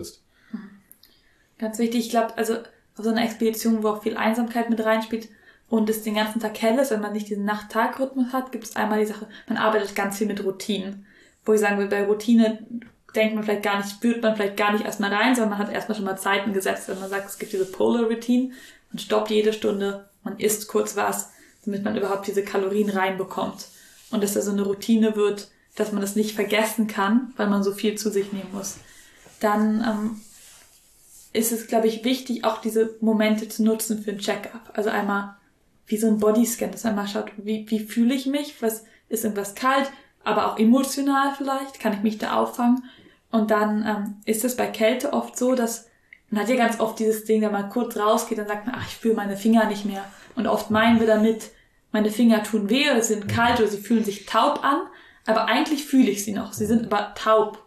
Ganz wichtig, ich glaube, also auf so einer Expedition, wo auch viel Einsamkeit mit reinspielt und es den ganzen Tag hell ist, wenn man nicht diesen Nacht-Tag-Rhythmus hat, gibt es einmal die Sache, man arbeitet ganz viel mit Routinen. Wo ich sagen will, bei Routine denkt man vielleicht gar nicht, spürt man vielleicht gar nicht erstmal rein, sondern man hat erstmal schon mal Zeiten gesetzt, wenn man sagt, es gibt diese Polar Routine, man stoppt jede Stunde, man isst kurz was, damit man überhaupt diese Kalorien reinbekommt. Und dass da so eine Routine wird, dass man das nicht vergessen kann, weil man so viel zu sich nehmen muss. Dann ist es, glaube ich, wichtig, auch diese Momente zu nutzen für ein Check-up. Also einmal wie so ein Bodyscan, dass man mal schaut, wie fühle ich mich, was ist irgendwas kalt, aber auch emotional vielleicht, kann ich mich da auffangen. Und dann ist es bei Kälte oft so, dass man hat ja ganz oft dieses Ding, wenn man kurz rausgeht, dann sagt man, ach, ich fühle meine Finger nicht mehr. Und oft meinen wir damit, meine Finger tun weh oder sind kalt oder sie fühlen sich taub an, aber eigentlich fühle ich sie noch. Sie sind aber taub.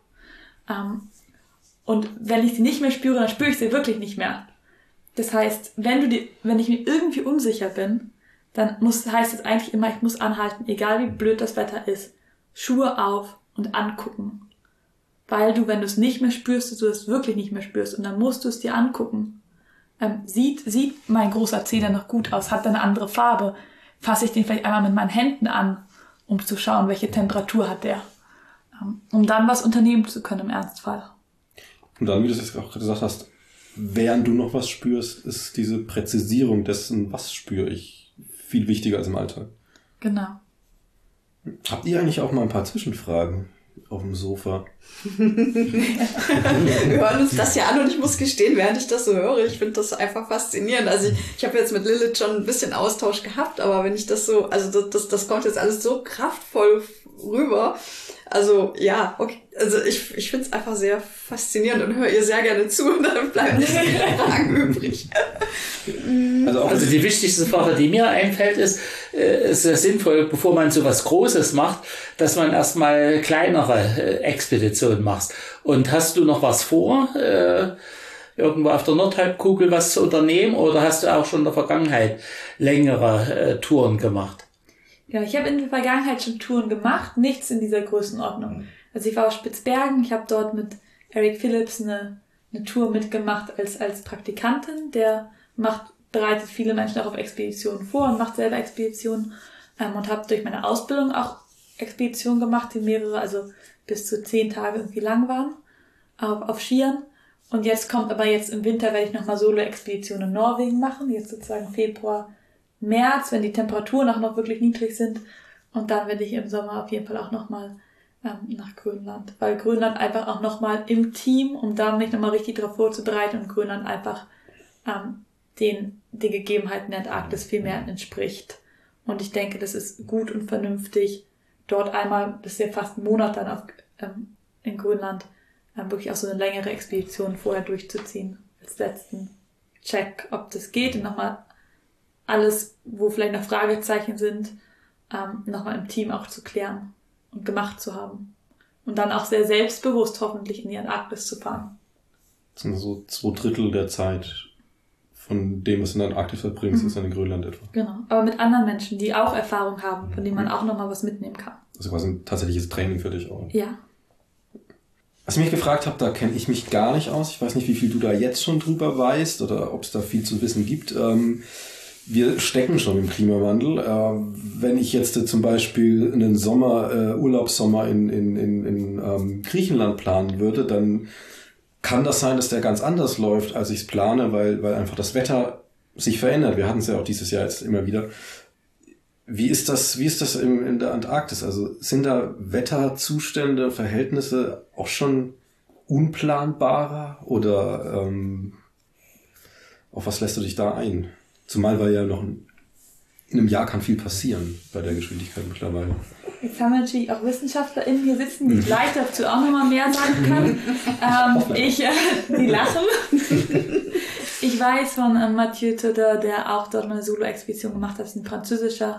Und wenn ich sie nicht mehr spüre, dann spüre ich sie wirklich nicht mehr. Das heißt, wenn ich mir irgendwie unsicher bin, dann heißt es eigentlich immer, ich muss anhalten, egal wie blöd das Wetter ist. Schuhe auf und angucken. Weil du, wenn du es nicht mehr spürst, du es wirklich nicht mehr spürst und dann musst du es dir angucken. Sieht mein großer Zeh denn noch gut aus? Hat er eine andere Farbe? Fasse ich den vielleicht einmal mit meinen Händen an, um zu schauen, welche Temperatur hat der? Um dann was unternehmen zu können im Ernstfall. Und dann, wie du es jetzt auch gesagt hast, während du noch was spürst, ist diese Präzisierung dessen, was spüre ich, viel wichtiger als im Alltag. Genau. Habt ihr eigentlich auch mal ein paar Zwischenfragen auf dem Sofa? Wir hören uns das ja an und ich muss gestehen, während ich das so höre, ich finde das einfach faszinierend. Also ich habe jetzt mit Lilith schon ein bisschen Austausch gehabt, aber wenn ich das so, also das kommt jetzt alles so kraftvoll rüber. Also ja, okay. Also ich finde es einfach sehr faszinierend und höre ihr sehr gerne zu und dann bleiben nicht viele Fragen übrig. Also die wichtigste Frage, die mir einfällt, ist sehr sinnvoll, bevor man so was Großes macht, dass man erstmal kleinere Expeditionen macht. Und hast du noch was vor, irgendwo auf der Nordhalbkugel was zu unternehmen, oder hast du auch schon in der Vergangenheit längere Touren gemacht? Ja, ich habe in der Vergangenheit schon Touren gemacht, nichts in dieser Größenordnung. Also ich war auf Spitzbergen, ich habe dort mit Eric Phillips eine Tour mitgemacht als Praktikantin. Der bereitet viele Menschen auch auf Expeditionen vor und macht selber Expeditionen und habe durch meine Ausbildung auch Expeditionen gemacht, die mehrere, also bis zu 10 Tage irgendwie lang waren, auf Skiern. Und jetzt im Winter werde ich nochmal Solo-Expeditionen in Norwegen machen, jetzt sozusagen Februar, März, wenn die Temperaturen auch noch wirklich niedrig sind. Und dann werde ich im Sommer auf jeden Fall auch nochmal nach Grönland. Weil Grönland einfach auch nochmal im Team, um da mich nochmal richtig darauf vorzubereiten und Grönland einfach den Gegebenheiten der Antarktis viel mehr entspricht. Und ich denke, das ist gut und vernünftig, dort einmal, das ist ja fast ein Monat dann in Grönland, wirklich auch so eine längere Expedition vorher durchzuziehen. Als letzten Check, ob das geht und nochmal alles, wo vielleicht noch Fragezeichen sind, nochmal im Team auch zu klären und gemacht zu haben. Und dann auch sehr selbstbewusst hoffentlich in die Antarktis zu fahren. Das sind so 2/3 der Zeit von dem, was in der Antarktis verbringst, ist dann in Grönland etwa. Genau, aber mit anderen Menschen, die auch Erfahrung haben, von denen man auch nochmal was mitnehmen kann. Also quasi ein tatsächliches Training für dich auch. Ja. Was ich mich gefragt habe, da kenne ich mich gar nicht aus. Ich weiß nicht, wie viel du da jetzt schon drüber weißt oder ob es da viel zu wissen gibt. Wir stecken schon im Klimawandel. Wenn ich jetzt zum Beispiel einen Urlaubssommer in Griechenland planen würde, dann kann das sein, dass der ganz anders läuft, als ich es plane, weil einfach das Wetter sich verändert. Wir hatten es ja auch dieses Jahr jetzt immer wieder. Wie ist das in der Antarktis? Also sind da Wetterzustände, Verhältnisse auch schon unplanbarer oder auf was lässt du dich da ein? Zumal wir ja noch in einem Jahr kann viel passieren bei der Geschwindigkeit mittlerweile. Jetzt haben wir natürlich auch WissenschaftlerInnen hier sitzen, die vielleicht dazu auch nochmal mehr sagen können. Die lachen. Ich weiß von Mathieu Todor, der auch dort mal eine Solo-Expedition gemacht hat. Das ist ein französischer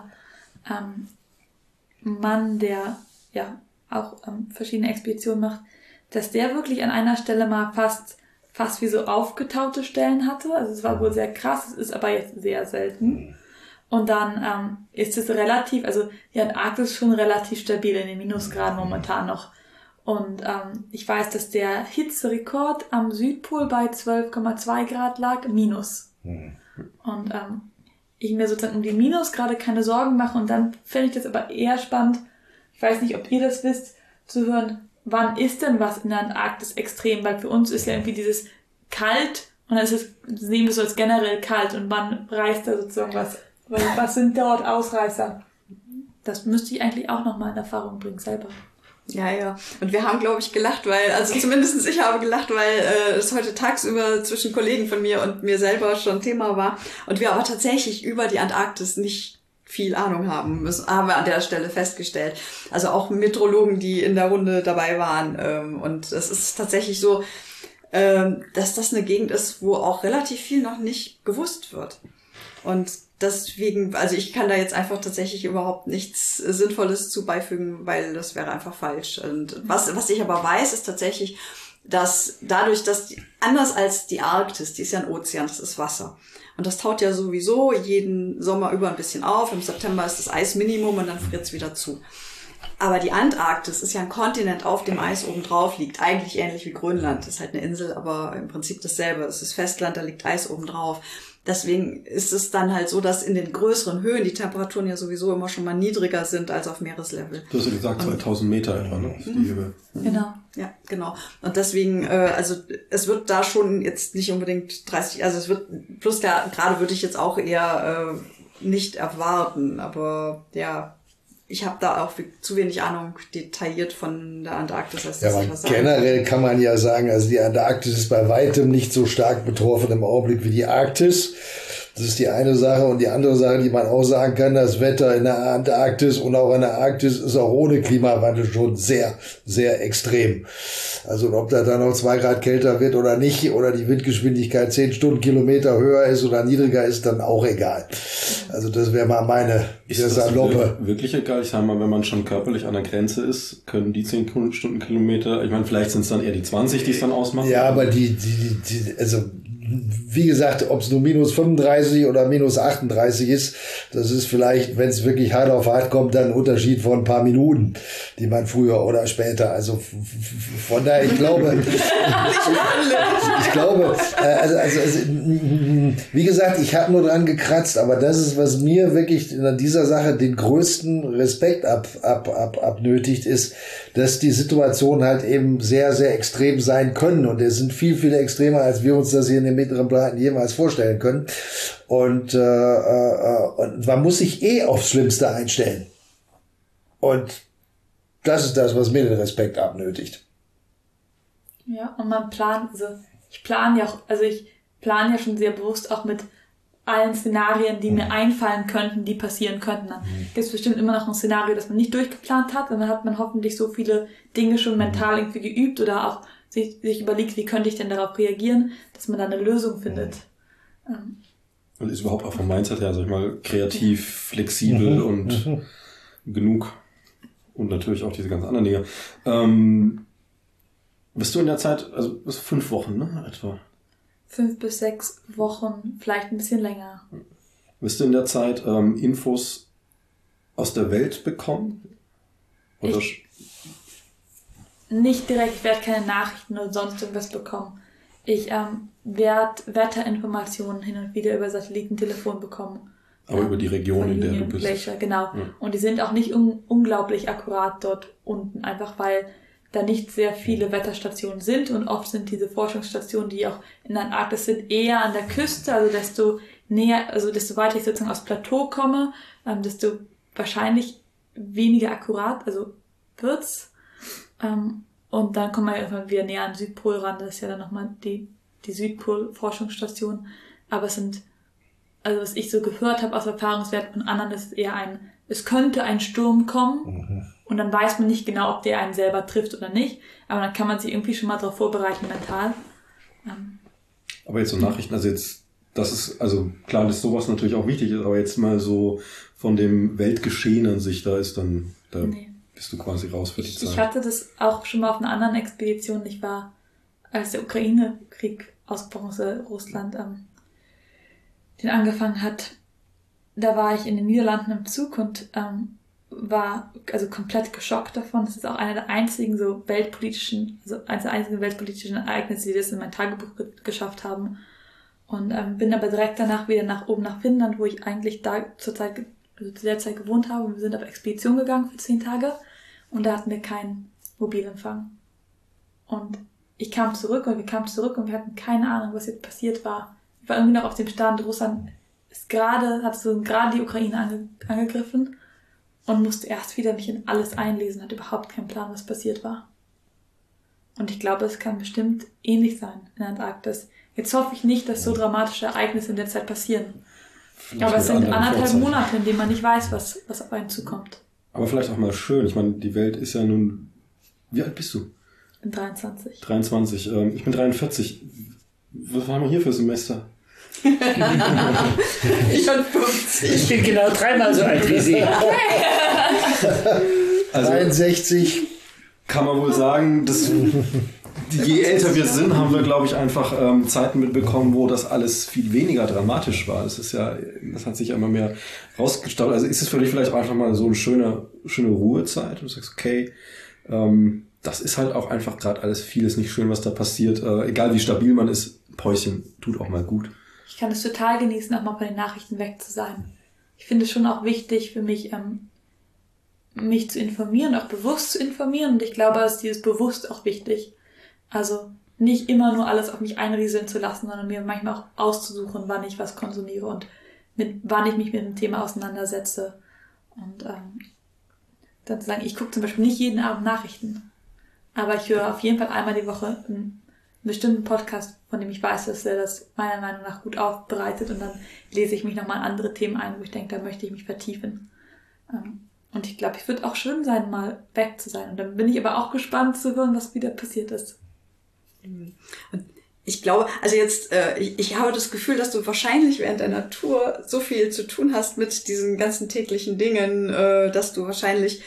Mann, der ja auch verschiedene Expeditionen macht, dass der wirklich an einer Stelle mal fast wie so aufgetaute Stellen hatte. Also es war wohl sehr krass, es ist aber jetzt sehr selten. Und dann ist es relativ, also die Antarktis ist schon relativ stabil in den Minusgraden momentan noch. Und ich weiß, dass der Hitzerekord am Südpol bei 12,2 Grad lag, minus. Und ich mir sozusagen um die Minusgrade keine Sorgen mache. Und dann fände ich das aber eher spannend, ich weiß nicht, ob ihr das wisst, zu hören, wann ist denn was in der Antarktis extrem? Weil für uns ist ja irgendwie dieses kalt und dann ist es, sehen wir es so als generell kalt und wann reißt da sozusagen was? Was sind dort Ausreißer? Das müsste ich eigentlich auch nochmal in Erfahrung bringen selber. Ja. Und wir haben, glaube ich, gelacht, weil, also zumindest ich habe gelacht, weil es heute tagsüber zwischen Kollegen von mir und mir selber schon Thema war. Und wir aber tatsächlich über die Antarktis nicht viel Ahnung haben wir an der Stelle festgestellt. Also auch Meteorologen, die in der Runde dabei waren. Und es ist tatsächlich so, dass das eine Gegend ist, wo auch relativ viel noch nicht gewusst wird. Und deswegen, also ich kann da jetzt einfach tatsächlich überhaupt nichts Sinnvolles zu beifügen, weil das wäre einfach falsch. Und was ich aber weiß, ist tatsächlich, dass dadurch, dass anders als die Arktis, die ist ja ein Ozean, das ist Wasser. Und das taut ja sowieso jeden Sommer über ein bisschen auf. Im September ist das Eisminimum und dann friert es wieder zu. Aber die Antarktis ist ja ein Kontinent, auf dem Eis oben drauf liegt. Eigentlich ähnlich wie Grönland. Das ist halt eine Insel, aber im Prinzip dasselbe. Es ist Festland, da liegt Eis oben drauf. Deswegen ist es dann halt so, dass in den größeren Höhen die Temperaturen ja sowieso immer schon mal niedriger sind als auf Meereslevel. Du hast ja gesagt, 2000 Meter etwa, ne? Ist die Höhe. Genau. Ja, genau. Und deswegen, also es wird da schon jetzt nicht unbedingt 30, also es wird, plus gerade würde ich jetzt auch eher nicht erwarten, aber ja, ich habe da auch zu wenig Ahnung detailliert von der Antarktis. Ja, aber generell kann man ja sagen, also die Antarktis ist bei weitem nicht so stark betroffen im Augenblick wie die Arktis. Das ist die eine Sache. Und die andere Sache, die man auch sagen kann, das Wetter in der Antarktis und auch in der Arktis ist auch ohne Klimawandel schon sehr, sehr extrem. Also ob da dann noch 2 Grad kälter wird oder nicht, oder die Windgeschwindigkeit 10 Stundenkilometer höher ist oder niedriger ist, dann auch egal. Also das wäre mal meine Saloppe. Wirklich egal? Ich sage mal, wenn man schon körperlich an der Grenze ist, können die 10 Stundenkilometer, ich meine, vielleicht sind es dann eher die 20, die es dann ausmachen. Ja, aber also wie gesagt, ob es nur minus 35 oder minus 38 ist, das ist vielleicht, wenn es wirklich hart auf hart kommt, dann ein Unterschied von ein paar Minuten, die man früher oder später, also von daher, ich glaube, wie gesagt, ich habe nur dran gekratzt, aber das ist, was mir wirklich in dieser Sache den größten Respekt abnötigt, ist, dass die Situationen halt eben sehr, sehr extrem sein können und es sind viel, viel extremer, als wir uns das hier in den mittleren Breiten jemals vorstellen können. Und man muss sich aufs Schlimmste einstellen. Und das ist das, was mir den Respekt abnötigt. Ja, und man plant, ich plane ja schon sehr bewusst auch mit allen Szenarien, die mir einfallen könnten, die passieren könnten. Dann gibt es bestimmt immer noch ein Szenario, das man nicht durchgeplant hat, und dann hat man hoffentlich so viele Dinge schon mental irgendwie geübt oder auch sich überlegt, wie könnte ich denn darauf reagieren, dass man da eine Lösung findet. Und ist überhaupt auch vom Mindset her, sag ich mal, kreativ, flexibel und genug. Und natürlich auch diese ganzen anderen Dinge. Bist du in der Zeit, also 5 Wochen, ne, etwa? 5 bis 6 Wochen, vielleicht ein bisschen länger. Wirst du in der Zeit Infos aus der Welt bekommen? Oder nicht direkt, ich werde keine Nachrichten oder sonst irgendwas bekommen. Ich werde Wetterinformationen hin und wieder über Satellitentelefon bekommen. Aber über die Region, in der du bist. Glacier, genau. Ja. Und die sind auch nicht unglaublich akkurat dort unten, einfach weil da nicht sehr viele Wetterstationen sind, und oft sind diese Forschungsstationen, die auch in der Antarktis sind, eher an der Küste, also desto näher, also desto weiter ich sozusagen aufs Plateau komme, desto wahrscheinlich weniger akkurat, also wird's. Und dann kommen wir irgendwann wieder näher an den Südpol ran, das ist ja dann nochmal die Südpol-Forschungsstation, aber es sind also was ich so gehört habe aus Erfahrungswerten von anderen, ist eher es könnte ein Sturm kommen und dann weiß man nicht genau, ob der einen selber trifft oder nicht, aber dann kann man sich irgendwie schon mal darauf vorbereiten mental. Aber jetzt so Nachrichten, also jetzt, das ist, also klar, dass sowas natürlich auch wichtig ist, aber jetzt mal so von dem Weltgeschehen an sich, da ist dann, bist du quasi raus für die Zeit. Ich hatte das auch schon mal auf einer anderen Expedition. Ich war, als der Ukraine-Krieg ausgebrochen ist, Russland den angefangen hat, da war ich in den Niederlanden im Zug und war also komplett geschockt davon. Das ist auch einer der einzigen weltpolitischen Ereignisse, die das in mein Tagebuch geschafft haben. Und bin aber direkt danach wieder oben nach Finnland, wo ich eigentlich zu der Zeit gewohnt habe. Und wir sind auf Expedition gegangen für 10 Tage und da hatten wir keinen Mobilempfang. Und wir kamen zurück und wir hatten keine Ahnung, was jetzt passiert war. Ich war irgendwie noch auf dem Stand, Russland hat gerade die Ukraine angegriffen und musste erst wieder mich in alles einlesen, hatte überhaupt keinen Plan, was passiert war. Und ich glaube, es kann bestimmt ähnlich sein in der Antarktis. Jetzt hoffe ich nicht, dass so dramatische Ereignisse in der Zeit passieren. Aber es sind 1,5 Monate, in denen man nicht weiß, was auf einen zukommt. Aber vielleicht auch mal schön. Ich meine, die Welt ist ja nun... Wie alt bist du? Ich bin 23. 23. Ich bin 43. Was haben wir hier für Semester? Ich bin 50. Ich bin genau 3-mal so alt wie Sie. Also 63. Kann man wohl sagen, dass je älter wir sind, haben wir, glaube ich, einfach Zeiten mitbekommen, wo das alles viel weniger dramatisch war. Das hat sich ja immer mehr rausgestaut. Also ist es für dich vielleicht auch einfach mal so eine schöne Ruhezeit? Du sagst, okay, das ist halt auch einfach gerade alles vieles nicht schön, was da passiert. Egal wie stabil man ist, Päuschen tut auch mal gut. Ich kann es total genießen, auch mal von den Nachrichten weg zu sein. Ich finde es schon auch wichtig für mich, mich zu informieren, auch bewusst zu informieren. Und ich glaube, dass dieses bewusst auch wichtig. Also nicht immer nur alles auf mich einrieseln zu lassen, sondern mir manchmal auch auszusuchen, wann ich was konsumiere und wann ich mich mit dem Thema auseinandersetze. Und dann zu sagen, ich gucke zum Beispiel nicht jeden Abend Nachrichten. Aber ich höre auf jeden Fall einmal die Woche einen bestimmten Podcast, von dem ich weiß, dass er das meiner Meinung nach gut aufbereitet, und dann lese ich mich nochmal an andere Themen ein, wo ich denke, da möchte ich mich vertiefen. Und ich glaube, es wird auch schön sein, mal weg zu sein. Und dann bin ich aber auch gespannt zu hören, was wieder passiert ist. Ich glaube, also jetzt, ich habe das Gefühl, dass du wahrscheinlich während deiner Tour so viel zu tun hast mit diesen ganzen täglichen Dingen, dass du wahrscheinlich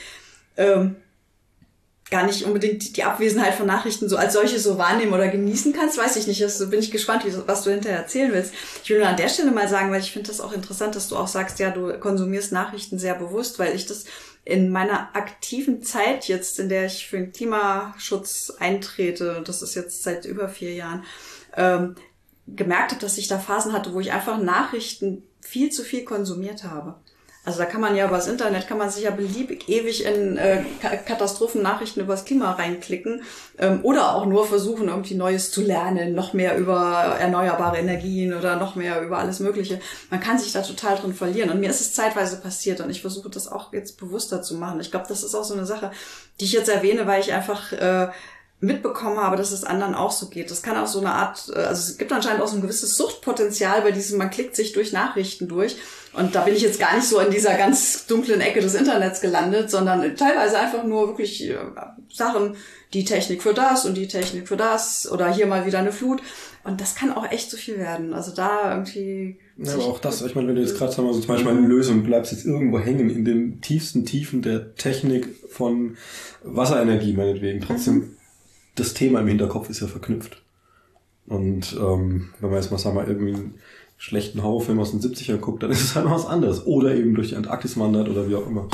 gar nicht unbedingt die Abwesenheit von Nachrichten so als solche so wahrnehmen oder genießen kannst, weiß ich nicht. Also bin ich gespannt, was du hinterher erzählen willst. Ich will nur an der Stelle mal sagen, weil ich finde das auch interessant, dass du auch sagst, ja, du konsumierst Nachrichten sehr bewusst, weil ich das in meiner aktiven Zeit jetzt, in der ich für den Klimaschutz eintrete, das ist jetzt seit über 4 Jahren, gemerkt habe, dass ich da Phasen hatte, wo ich einfach Nachrichten viel zu viel konsumiert habe. Also da kann man ja über das Internet, kann man sich ja beliebig ewig in Katastrophennachrichten über das Klima reinklicken oder auch nur versuchen, irgendwie Neues zu lernen, noch mehr über erneuerbare Energien oder noch mehr über alles Mögliche. Man kann sich da total drin verlieren, und mir ist es zeitweise passiert, und ich versuche das auch jetzt bewusster zu machen. Ich glaube, das ist auch so eine Sache, die ich jetzt erwähne, weil ich einfach mitbekommen habe, dass es anderen auch so geht. Das kann auch so eine Art, also es gibt anscheinend auch so ein gewisses Suchtpotenzial bei diesem, man klickt sich durch Nachrichten durch. Und da bin ich jetzt gar nicht so in dieser ganz dunklen Ecke des Internets gelandet, sondern teilweise einfach nur wirklich Sachen, die Technik für das und die Technik für das oder hier mal wieder eine Flut. Und das kann auch echt zu viel werden. Also da irgendwie... Ja, aber auch das, ich meine, wenn du jetzt gerade sagen wir so zum Beispiel eine Lösung, bleibst jetzt irgendwo hängen in den tiefsten Tiefen der Technik von Wasserenergie meinetwegen, trotzdem das Thema im Hinterkopf ist ja verknüpft. Und wenn man jetzt mal, sagen wir, irgendwie einen schlechten Horrorfilm aus den 70ern guckt, dann ist es halt noch was anderes. Oder eben durch die Antarktis wandert oder wie auch immer.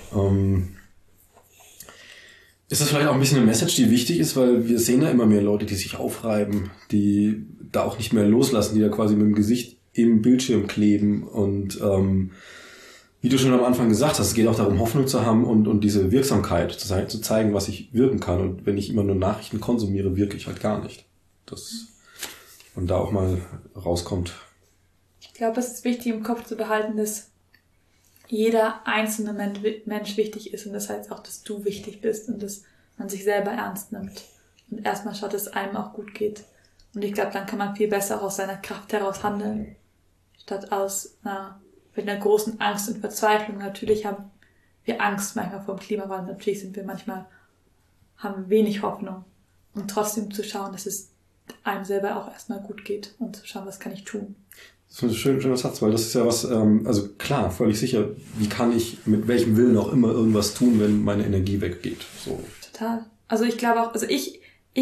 Ist das vielleicht auch ein bisschen eine Message, die wichtig ist, weil wir sehen ja immer mehr Leute, die sich aufreiben, die da auch nicht mehr loslassen, die da quasi mit dem Gesicht im Bildschirm kleben. Und wie du schon am Anfang gesagt hast, es geht auch darum, Hoffnung zu haben und diese Wirksamkeit zu zeigen, was ich wirken kann. Und wenn ich immer nur Nachrichten konsumiere, wirke ich halt gar nicht. Das, und da auch mal rauskommt. Ich glaube, es ist wichtig, im Kopf zu behalten, dass jeder einzelne Mensch wichtig ist, und das heißt auch, dass du wichtig bist und dass man sich selber ernst nimmt und erstmal schaut, dass es einem auch gut geht. Und ich glaube, dann kann man viel besser aus seiner Kraft heraus handeln, statt aus mit einer großen Angst und Verzweiflung. Natürlich haben wir Angst manchmal vor dem Klimawandel, natürlich haben wir wenig Hoffnung. Und trotzdem zu schauen, dass es einem selber auch erstmal gut geht und zu schauen, was kann ich tun. Das ist ein schöner Satz, weil das ist ja was, also klar, völlig sicher, wie kann ich mit welchem Willen auch immer irgendwas tun, wenn meine Energie weggeht. So. Total. Also ich glaube auch, also ich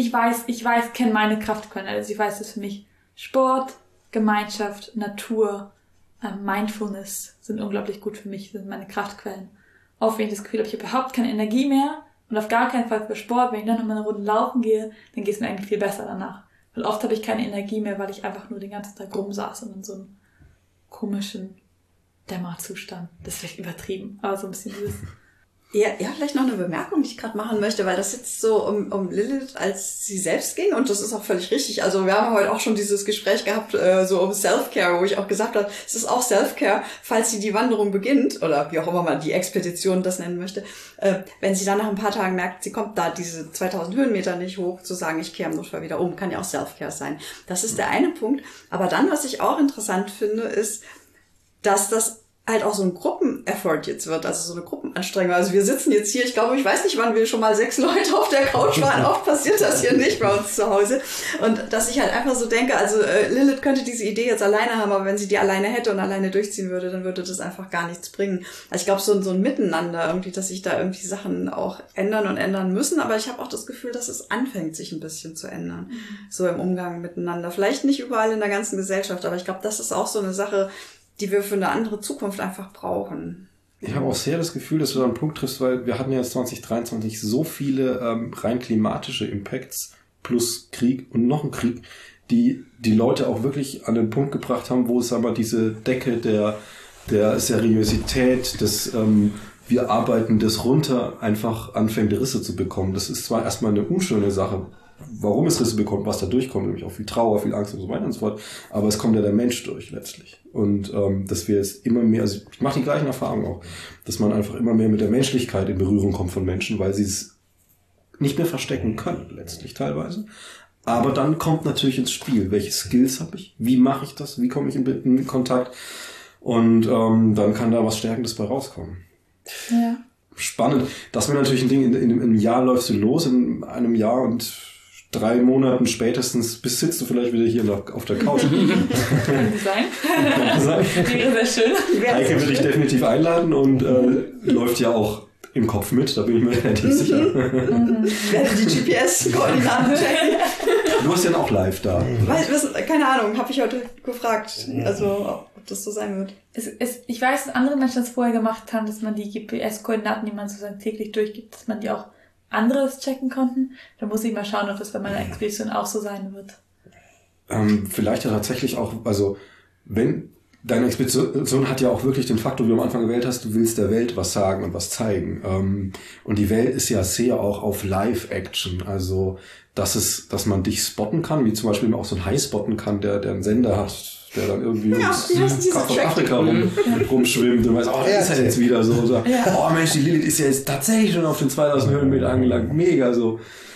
kenne meine Kraftquellen. Also ich weiß, dass für mich Sport, Gemeinschaft, Natur, Mindfulness sind unglaublich gut für mich, sind meine Kraftquellen. Auch wenn ich das Gefühl habe, ich habe überhaupt keine Energie mehr und auf gar keinen Fall für Sport, wenn ich dann noch mal eine Runde laufen gehe, dann geht es mir eigentlich viel besser danach. Weil oft habe ich keine Energie mehr, weil ich einfach nur den ganzen Tag rumsaß und in so einem komischen Dämmerzustand. Das ist vielleicht übertrieben, aber so ein bisschen dieses... Ja, vielleicht noch eine Bemerkung, die ich gerade machen möchte, weil das jetzt so um Lilith als sie selbst ging und das ist auch völlig richtig. Also wir haben heute auch schon dieses Gespräch gehabt, so um Self-Care, wo ich auch gesagt habe, es ist auch Self-Care, falls sie die Wanderung beginnt oder wie auch immer man die Expedition das nennen möchte, wenn sie dann nach ein paar Tagen merkt, sie kommt da diese 2000 Höhenmeter nicht hoch, zu sagen, ich kehre im Notfall wieder um, kann ja auch Self-Care sein. Das ist der eine Punkt. Aber dann, was ich auch interessant finde, ist, dass das halt auch so ein Gruppeneffort jetzt wird, also so eine Gruppenanstrengung. Also wir sitzen jetzt hier, ich glaube, ich weiß nicht, wann wir schon mal 6 Leute auf der Couch waren, oft passiert das hier nicht bei uns zu Hause. Und dass ich halt einfach so denke, also Lilith könnte diese Idee jetzt alleine haben, aber wenn sie die alleine hätte und alleine durchziehen würde, dann würde das einfach gar nichts bringen. Also ich glaube, so ein Miteinander irgendwie, dass sich da irgendwie Sachen auch ändern und ändern müssen, aber ich habe auch das Gefühl, dass es anfängt, sich ein bisschen zu ändern, so im Umgang miteinander. Vielleicht nicht überall in der ganzen Gesellschaft, aber ich glaube, das ist auch so eine Sache, die wir für eine andere Zukunft einfach brauchen. Ich habe auch sehr das Gefühl, dass du da einen Punkt triffst, weil wir hatten ja jetzt 2023 so viele rein klimatische Impacts plus Krieg und noch ein Krieg, die Leute auch wirklich an den Punkt gebracht haben, wo es aber diese Decke der Seriosität, des wir arbeiten das runter, einfach anfängt Risse zu bekommen. Das ist zwar erstmal eine unschöne Sache, warum es Risse bekommt, was da durchkommt, nämlich auch viel Trauer, viel Angst und so weiter und so fort, aber es kommt ja der Mensch durch letztlich. Und dass wir jetzt immer mehr, also ich mache die gleichen Erfahrungen auch, dass man einfach immer mehr mit der Menschlichkeit in Berührung kommt von Menschen, weil sie es nicht mehr verstecken können, letztlich teilweise. Aber dann kommt natürlich ins Spiel, welche Skills habe ich, wie mache ich das, wie komme ich in Kontakt und dann kann da was Stärkendes bei rauskommen. Ja. Spannend. Das wäre natürlich ein Ding, in einem Jahr läufst du los, in einem Jahr und 3 Monaten spätestens sitzt du vielleicht wieder hier auf der Couch. Könnte sein. Wäre sehr schön. Heike würde ich definitiv einladen und läuft ja auch im Kopf mit, da bin ich mir relativ sicher. Werde die GPS-Koordinaten checken. Du hast ja auch live da. Keine Ahnung, habe ich heute gefragt, also ob das so sein wird. Ich weiß, dass andere Menschen das vorher gemacht haben, dass man die GPS-Koordinaten, die man sozusagen täglich durchgibt, dass man die auch anderes checken konnten. Da muss ich mal schauen, ob das bei meiner Expedition auch so sein wird. Vielleicht ja tatsächlich auch, also wenn deine Expedition hat ja auch wirklich den Faktor, wie du am Anfang gewählt hast, du willst der Welt was sagen und was zeigen. Und die Welt ist ja sehr auch auf Live-Action, also dass man dich spotten kann, wie zum Beispiel auch so ein Hai spotten kann, der einen Sender hat, der dann irgendwie ums Kap von Afrika rumschwimmt und weiß, oh, da ist er jetzt wieder so. Oh Mensch, die Lilith ist ja jetzt tatsächlich schon auf den 2000 Höhenmeter angelangt. Mega so.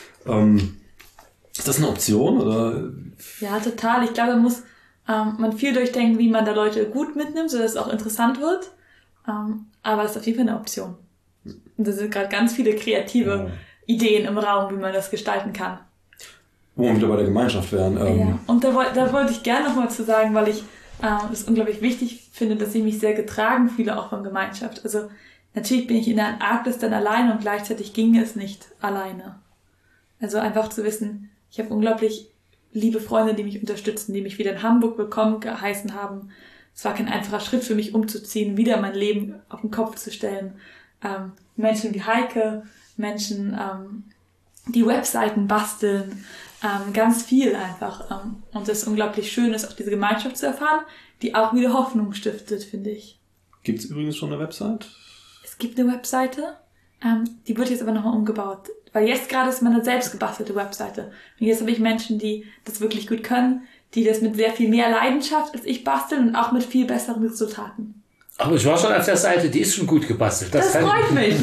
Ist das eine Option, oder? Ja, total. Ich glaube, da muss man viel durchdenken, wie man da Leute gut mitnimmt, sodass es auch interessant wird. Aber es ist auf jeden Fall eine Option. Und da sind gerade ganz viele kreative Ideen im Raum, wie man das gestalten kann. Wo wir wieder bei der Gemeinschaft wären. Ja. Und da wollte ich gerne noch mal zu sagen, weil ich es unglaublich wichtig finde, dass ich mich sehr getragen fühle, auch von Gemeinschaft. Also natürlich bin ich in der Antarktis dann alleine und gleichzeitig ging es nicht alleine. Also einfach zu wissen, ich habe unglaublich liebe Freunde, die mich unterstützen, die mich wieder in Hamburg willkommen geheißen haben. Es war kein einfacher Schritt für mich, umzuziehen, wieder mein Leben auf den Kopf zu stellen. Menschen wie Heike, Menschen, die Webseiten basteln, ganz viel einfach. Und es ist unglaublich schön, ist auch diese Gemeinschaft zu erfahren, die auch wieder Hoffnung stiftet, finde ich. Gibt es übrigens schon eine Website? Es gibt eine Webseite, die wird jetzt aber nochmal umgebaut. Weil jetzt gerade ist meine selbst gebastelte Webseite. Und jetzt habe ich Menschen, die das wirklich gut können, die das mit sehr viel mehr Leidenschaft als ich basteln und auch mit viel besseren Resultaten. Aber ich war schon auf der Seite, die ist schon gut gebastelt. Das freut mich.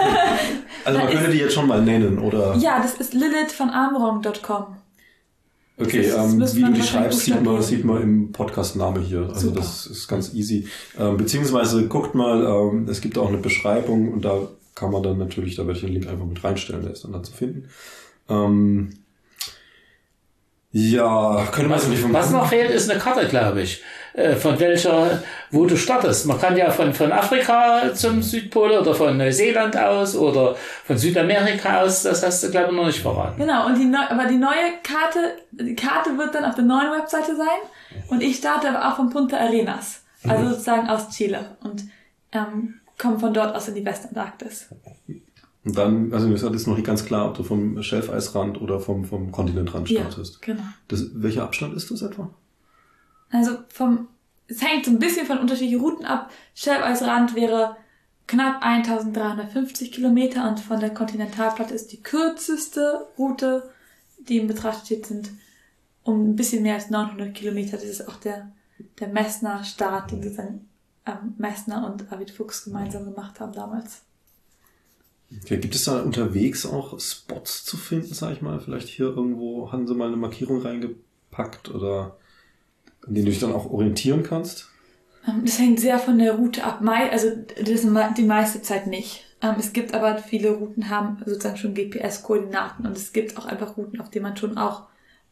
Also man könnte die jetzt schon mal nennen, oder? Ja, das ist lilithvonarmrong.com. Okay, wie du die schreibst, sieht man im Podcast-Name hier. Also super. Das ist ganz easy. Beziehungsweise guckt mal, es gibt auch eine Beschreibung und da kann man dann natürlich, da werde ich den Link einfach mit reinstellen, der ist dann da zu finden. Ja, können wir also nicht. Was noch fehlt, ist eine Karte, glaube ich, von welcher, wo du startest. Man kann ja von Afrika zum Südpol oder von Neuseeland aus oder von Südamerika aus, das hast du, glaube ich, noch nicht verraten. Genau, und die neue Karte wird dann auf der neuen Webseite sein und ich starte aber auch von Punta Arenas, also sozusagen aus Chile und komme von dort aus in die Westantarktis. Und dann, also das ist noch nicht ganz klar, ob du vom Schelfeisrand oder vom Kontinentrand startest. Ja, genau. Welcher Abstand ist das etwa? Also es hängt so ein bisschen von unterschiedlichen Routen ab. Schelfeisrand wäre knapp 1350 Kilometer und von der Kontinentalplatte ist die kürzeste Route, die in Betracht steht, sind um ein bisschen mehr als 900 Kilometer. Das ist auch der Messner Start, den sozusagen Messner und Arvid Fuchs gemeinsam gemacht haben damals. Okay, gibt es da unterwegs auch Spots zu finden, sag ich mal? Vielleicht hier irgendwo haben sie mal eine Markierung reingepackt oder an denen du dich dann auch orientieren kannst? Das hängt sehr von der Route ab. Also das ist die meiste Zeit nicht. Es gibt aber viele Routen, haben sozusagen schon GPS-Koordinaten und es gibt auch einfach Routen, auf denen man schon auch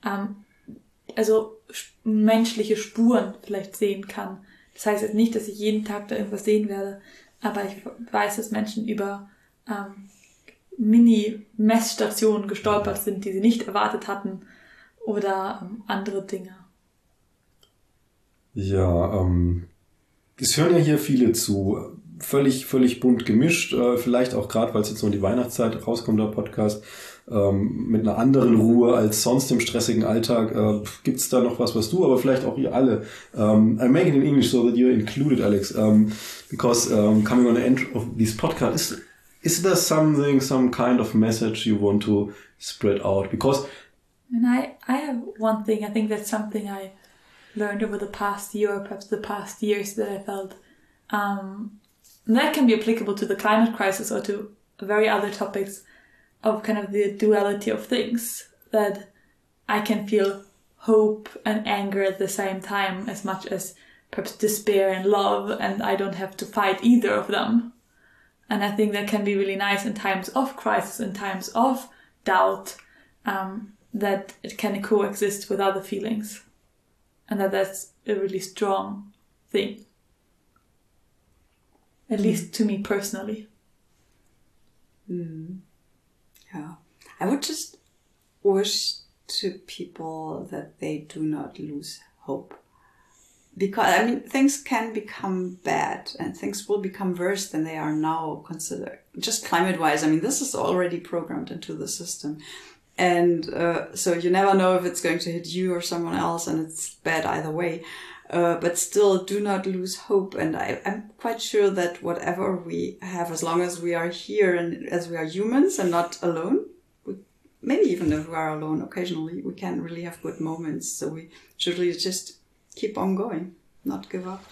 also menschliche Spuren vielleicht sehen kann. Das heißt jetzt nicht, dass ich jeden Tag da irgendwas sehen werde, aber ich weiß, dass Menschen über Mini-Messstationen gestolpert sind, die sie nicht erwartet hatten oder andere Dinge. Ja, es hören ja hier viele zu, völlig bunt gemischt, vielleicht auch gerade, weil es jetzt so in die Weihnachtszeit rauskommt, der Podcast, mit einer anderen Ruhe als sonst im stressigen Alltag. Gibt's da noch was du, aber vielleicht auch ihr alle. I make it in English so that you're included, Alex, because coming on the end of this podcast, is there some kind of message you want to spread out? Because I have one thing. I think that's something I learned over the past year, or perhaps the past years, that I felt that can be applicable to the climate crisis or to very other topics of kind of the duality of things, that I can feel hope and anger at the same time, as much as perhaps despair and love, and I don't have to fight either of them. And I think that can be really nice in times of crisis, in times of doubt, that it can coexist with other feelings. And that's a really strong thing. At least to me personally. Yeah. I would just wish to people that they do not lose hope. Because, I mean, things can become bad and things will become worse than they are now considered. Just climate-wise, I mean, this is already programmed into the system. And so you never know if it's going to hit you or someone else, and it's bad either way. But still, do not lose hope. And I'm quite sure that whatever we have, as long as we are here and as we are humans and not alone, maybe even if we are alone occasionally, we can really have good moments. So we should really just keep on going, not give up.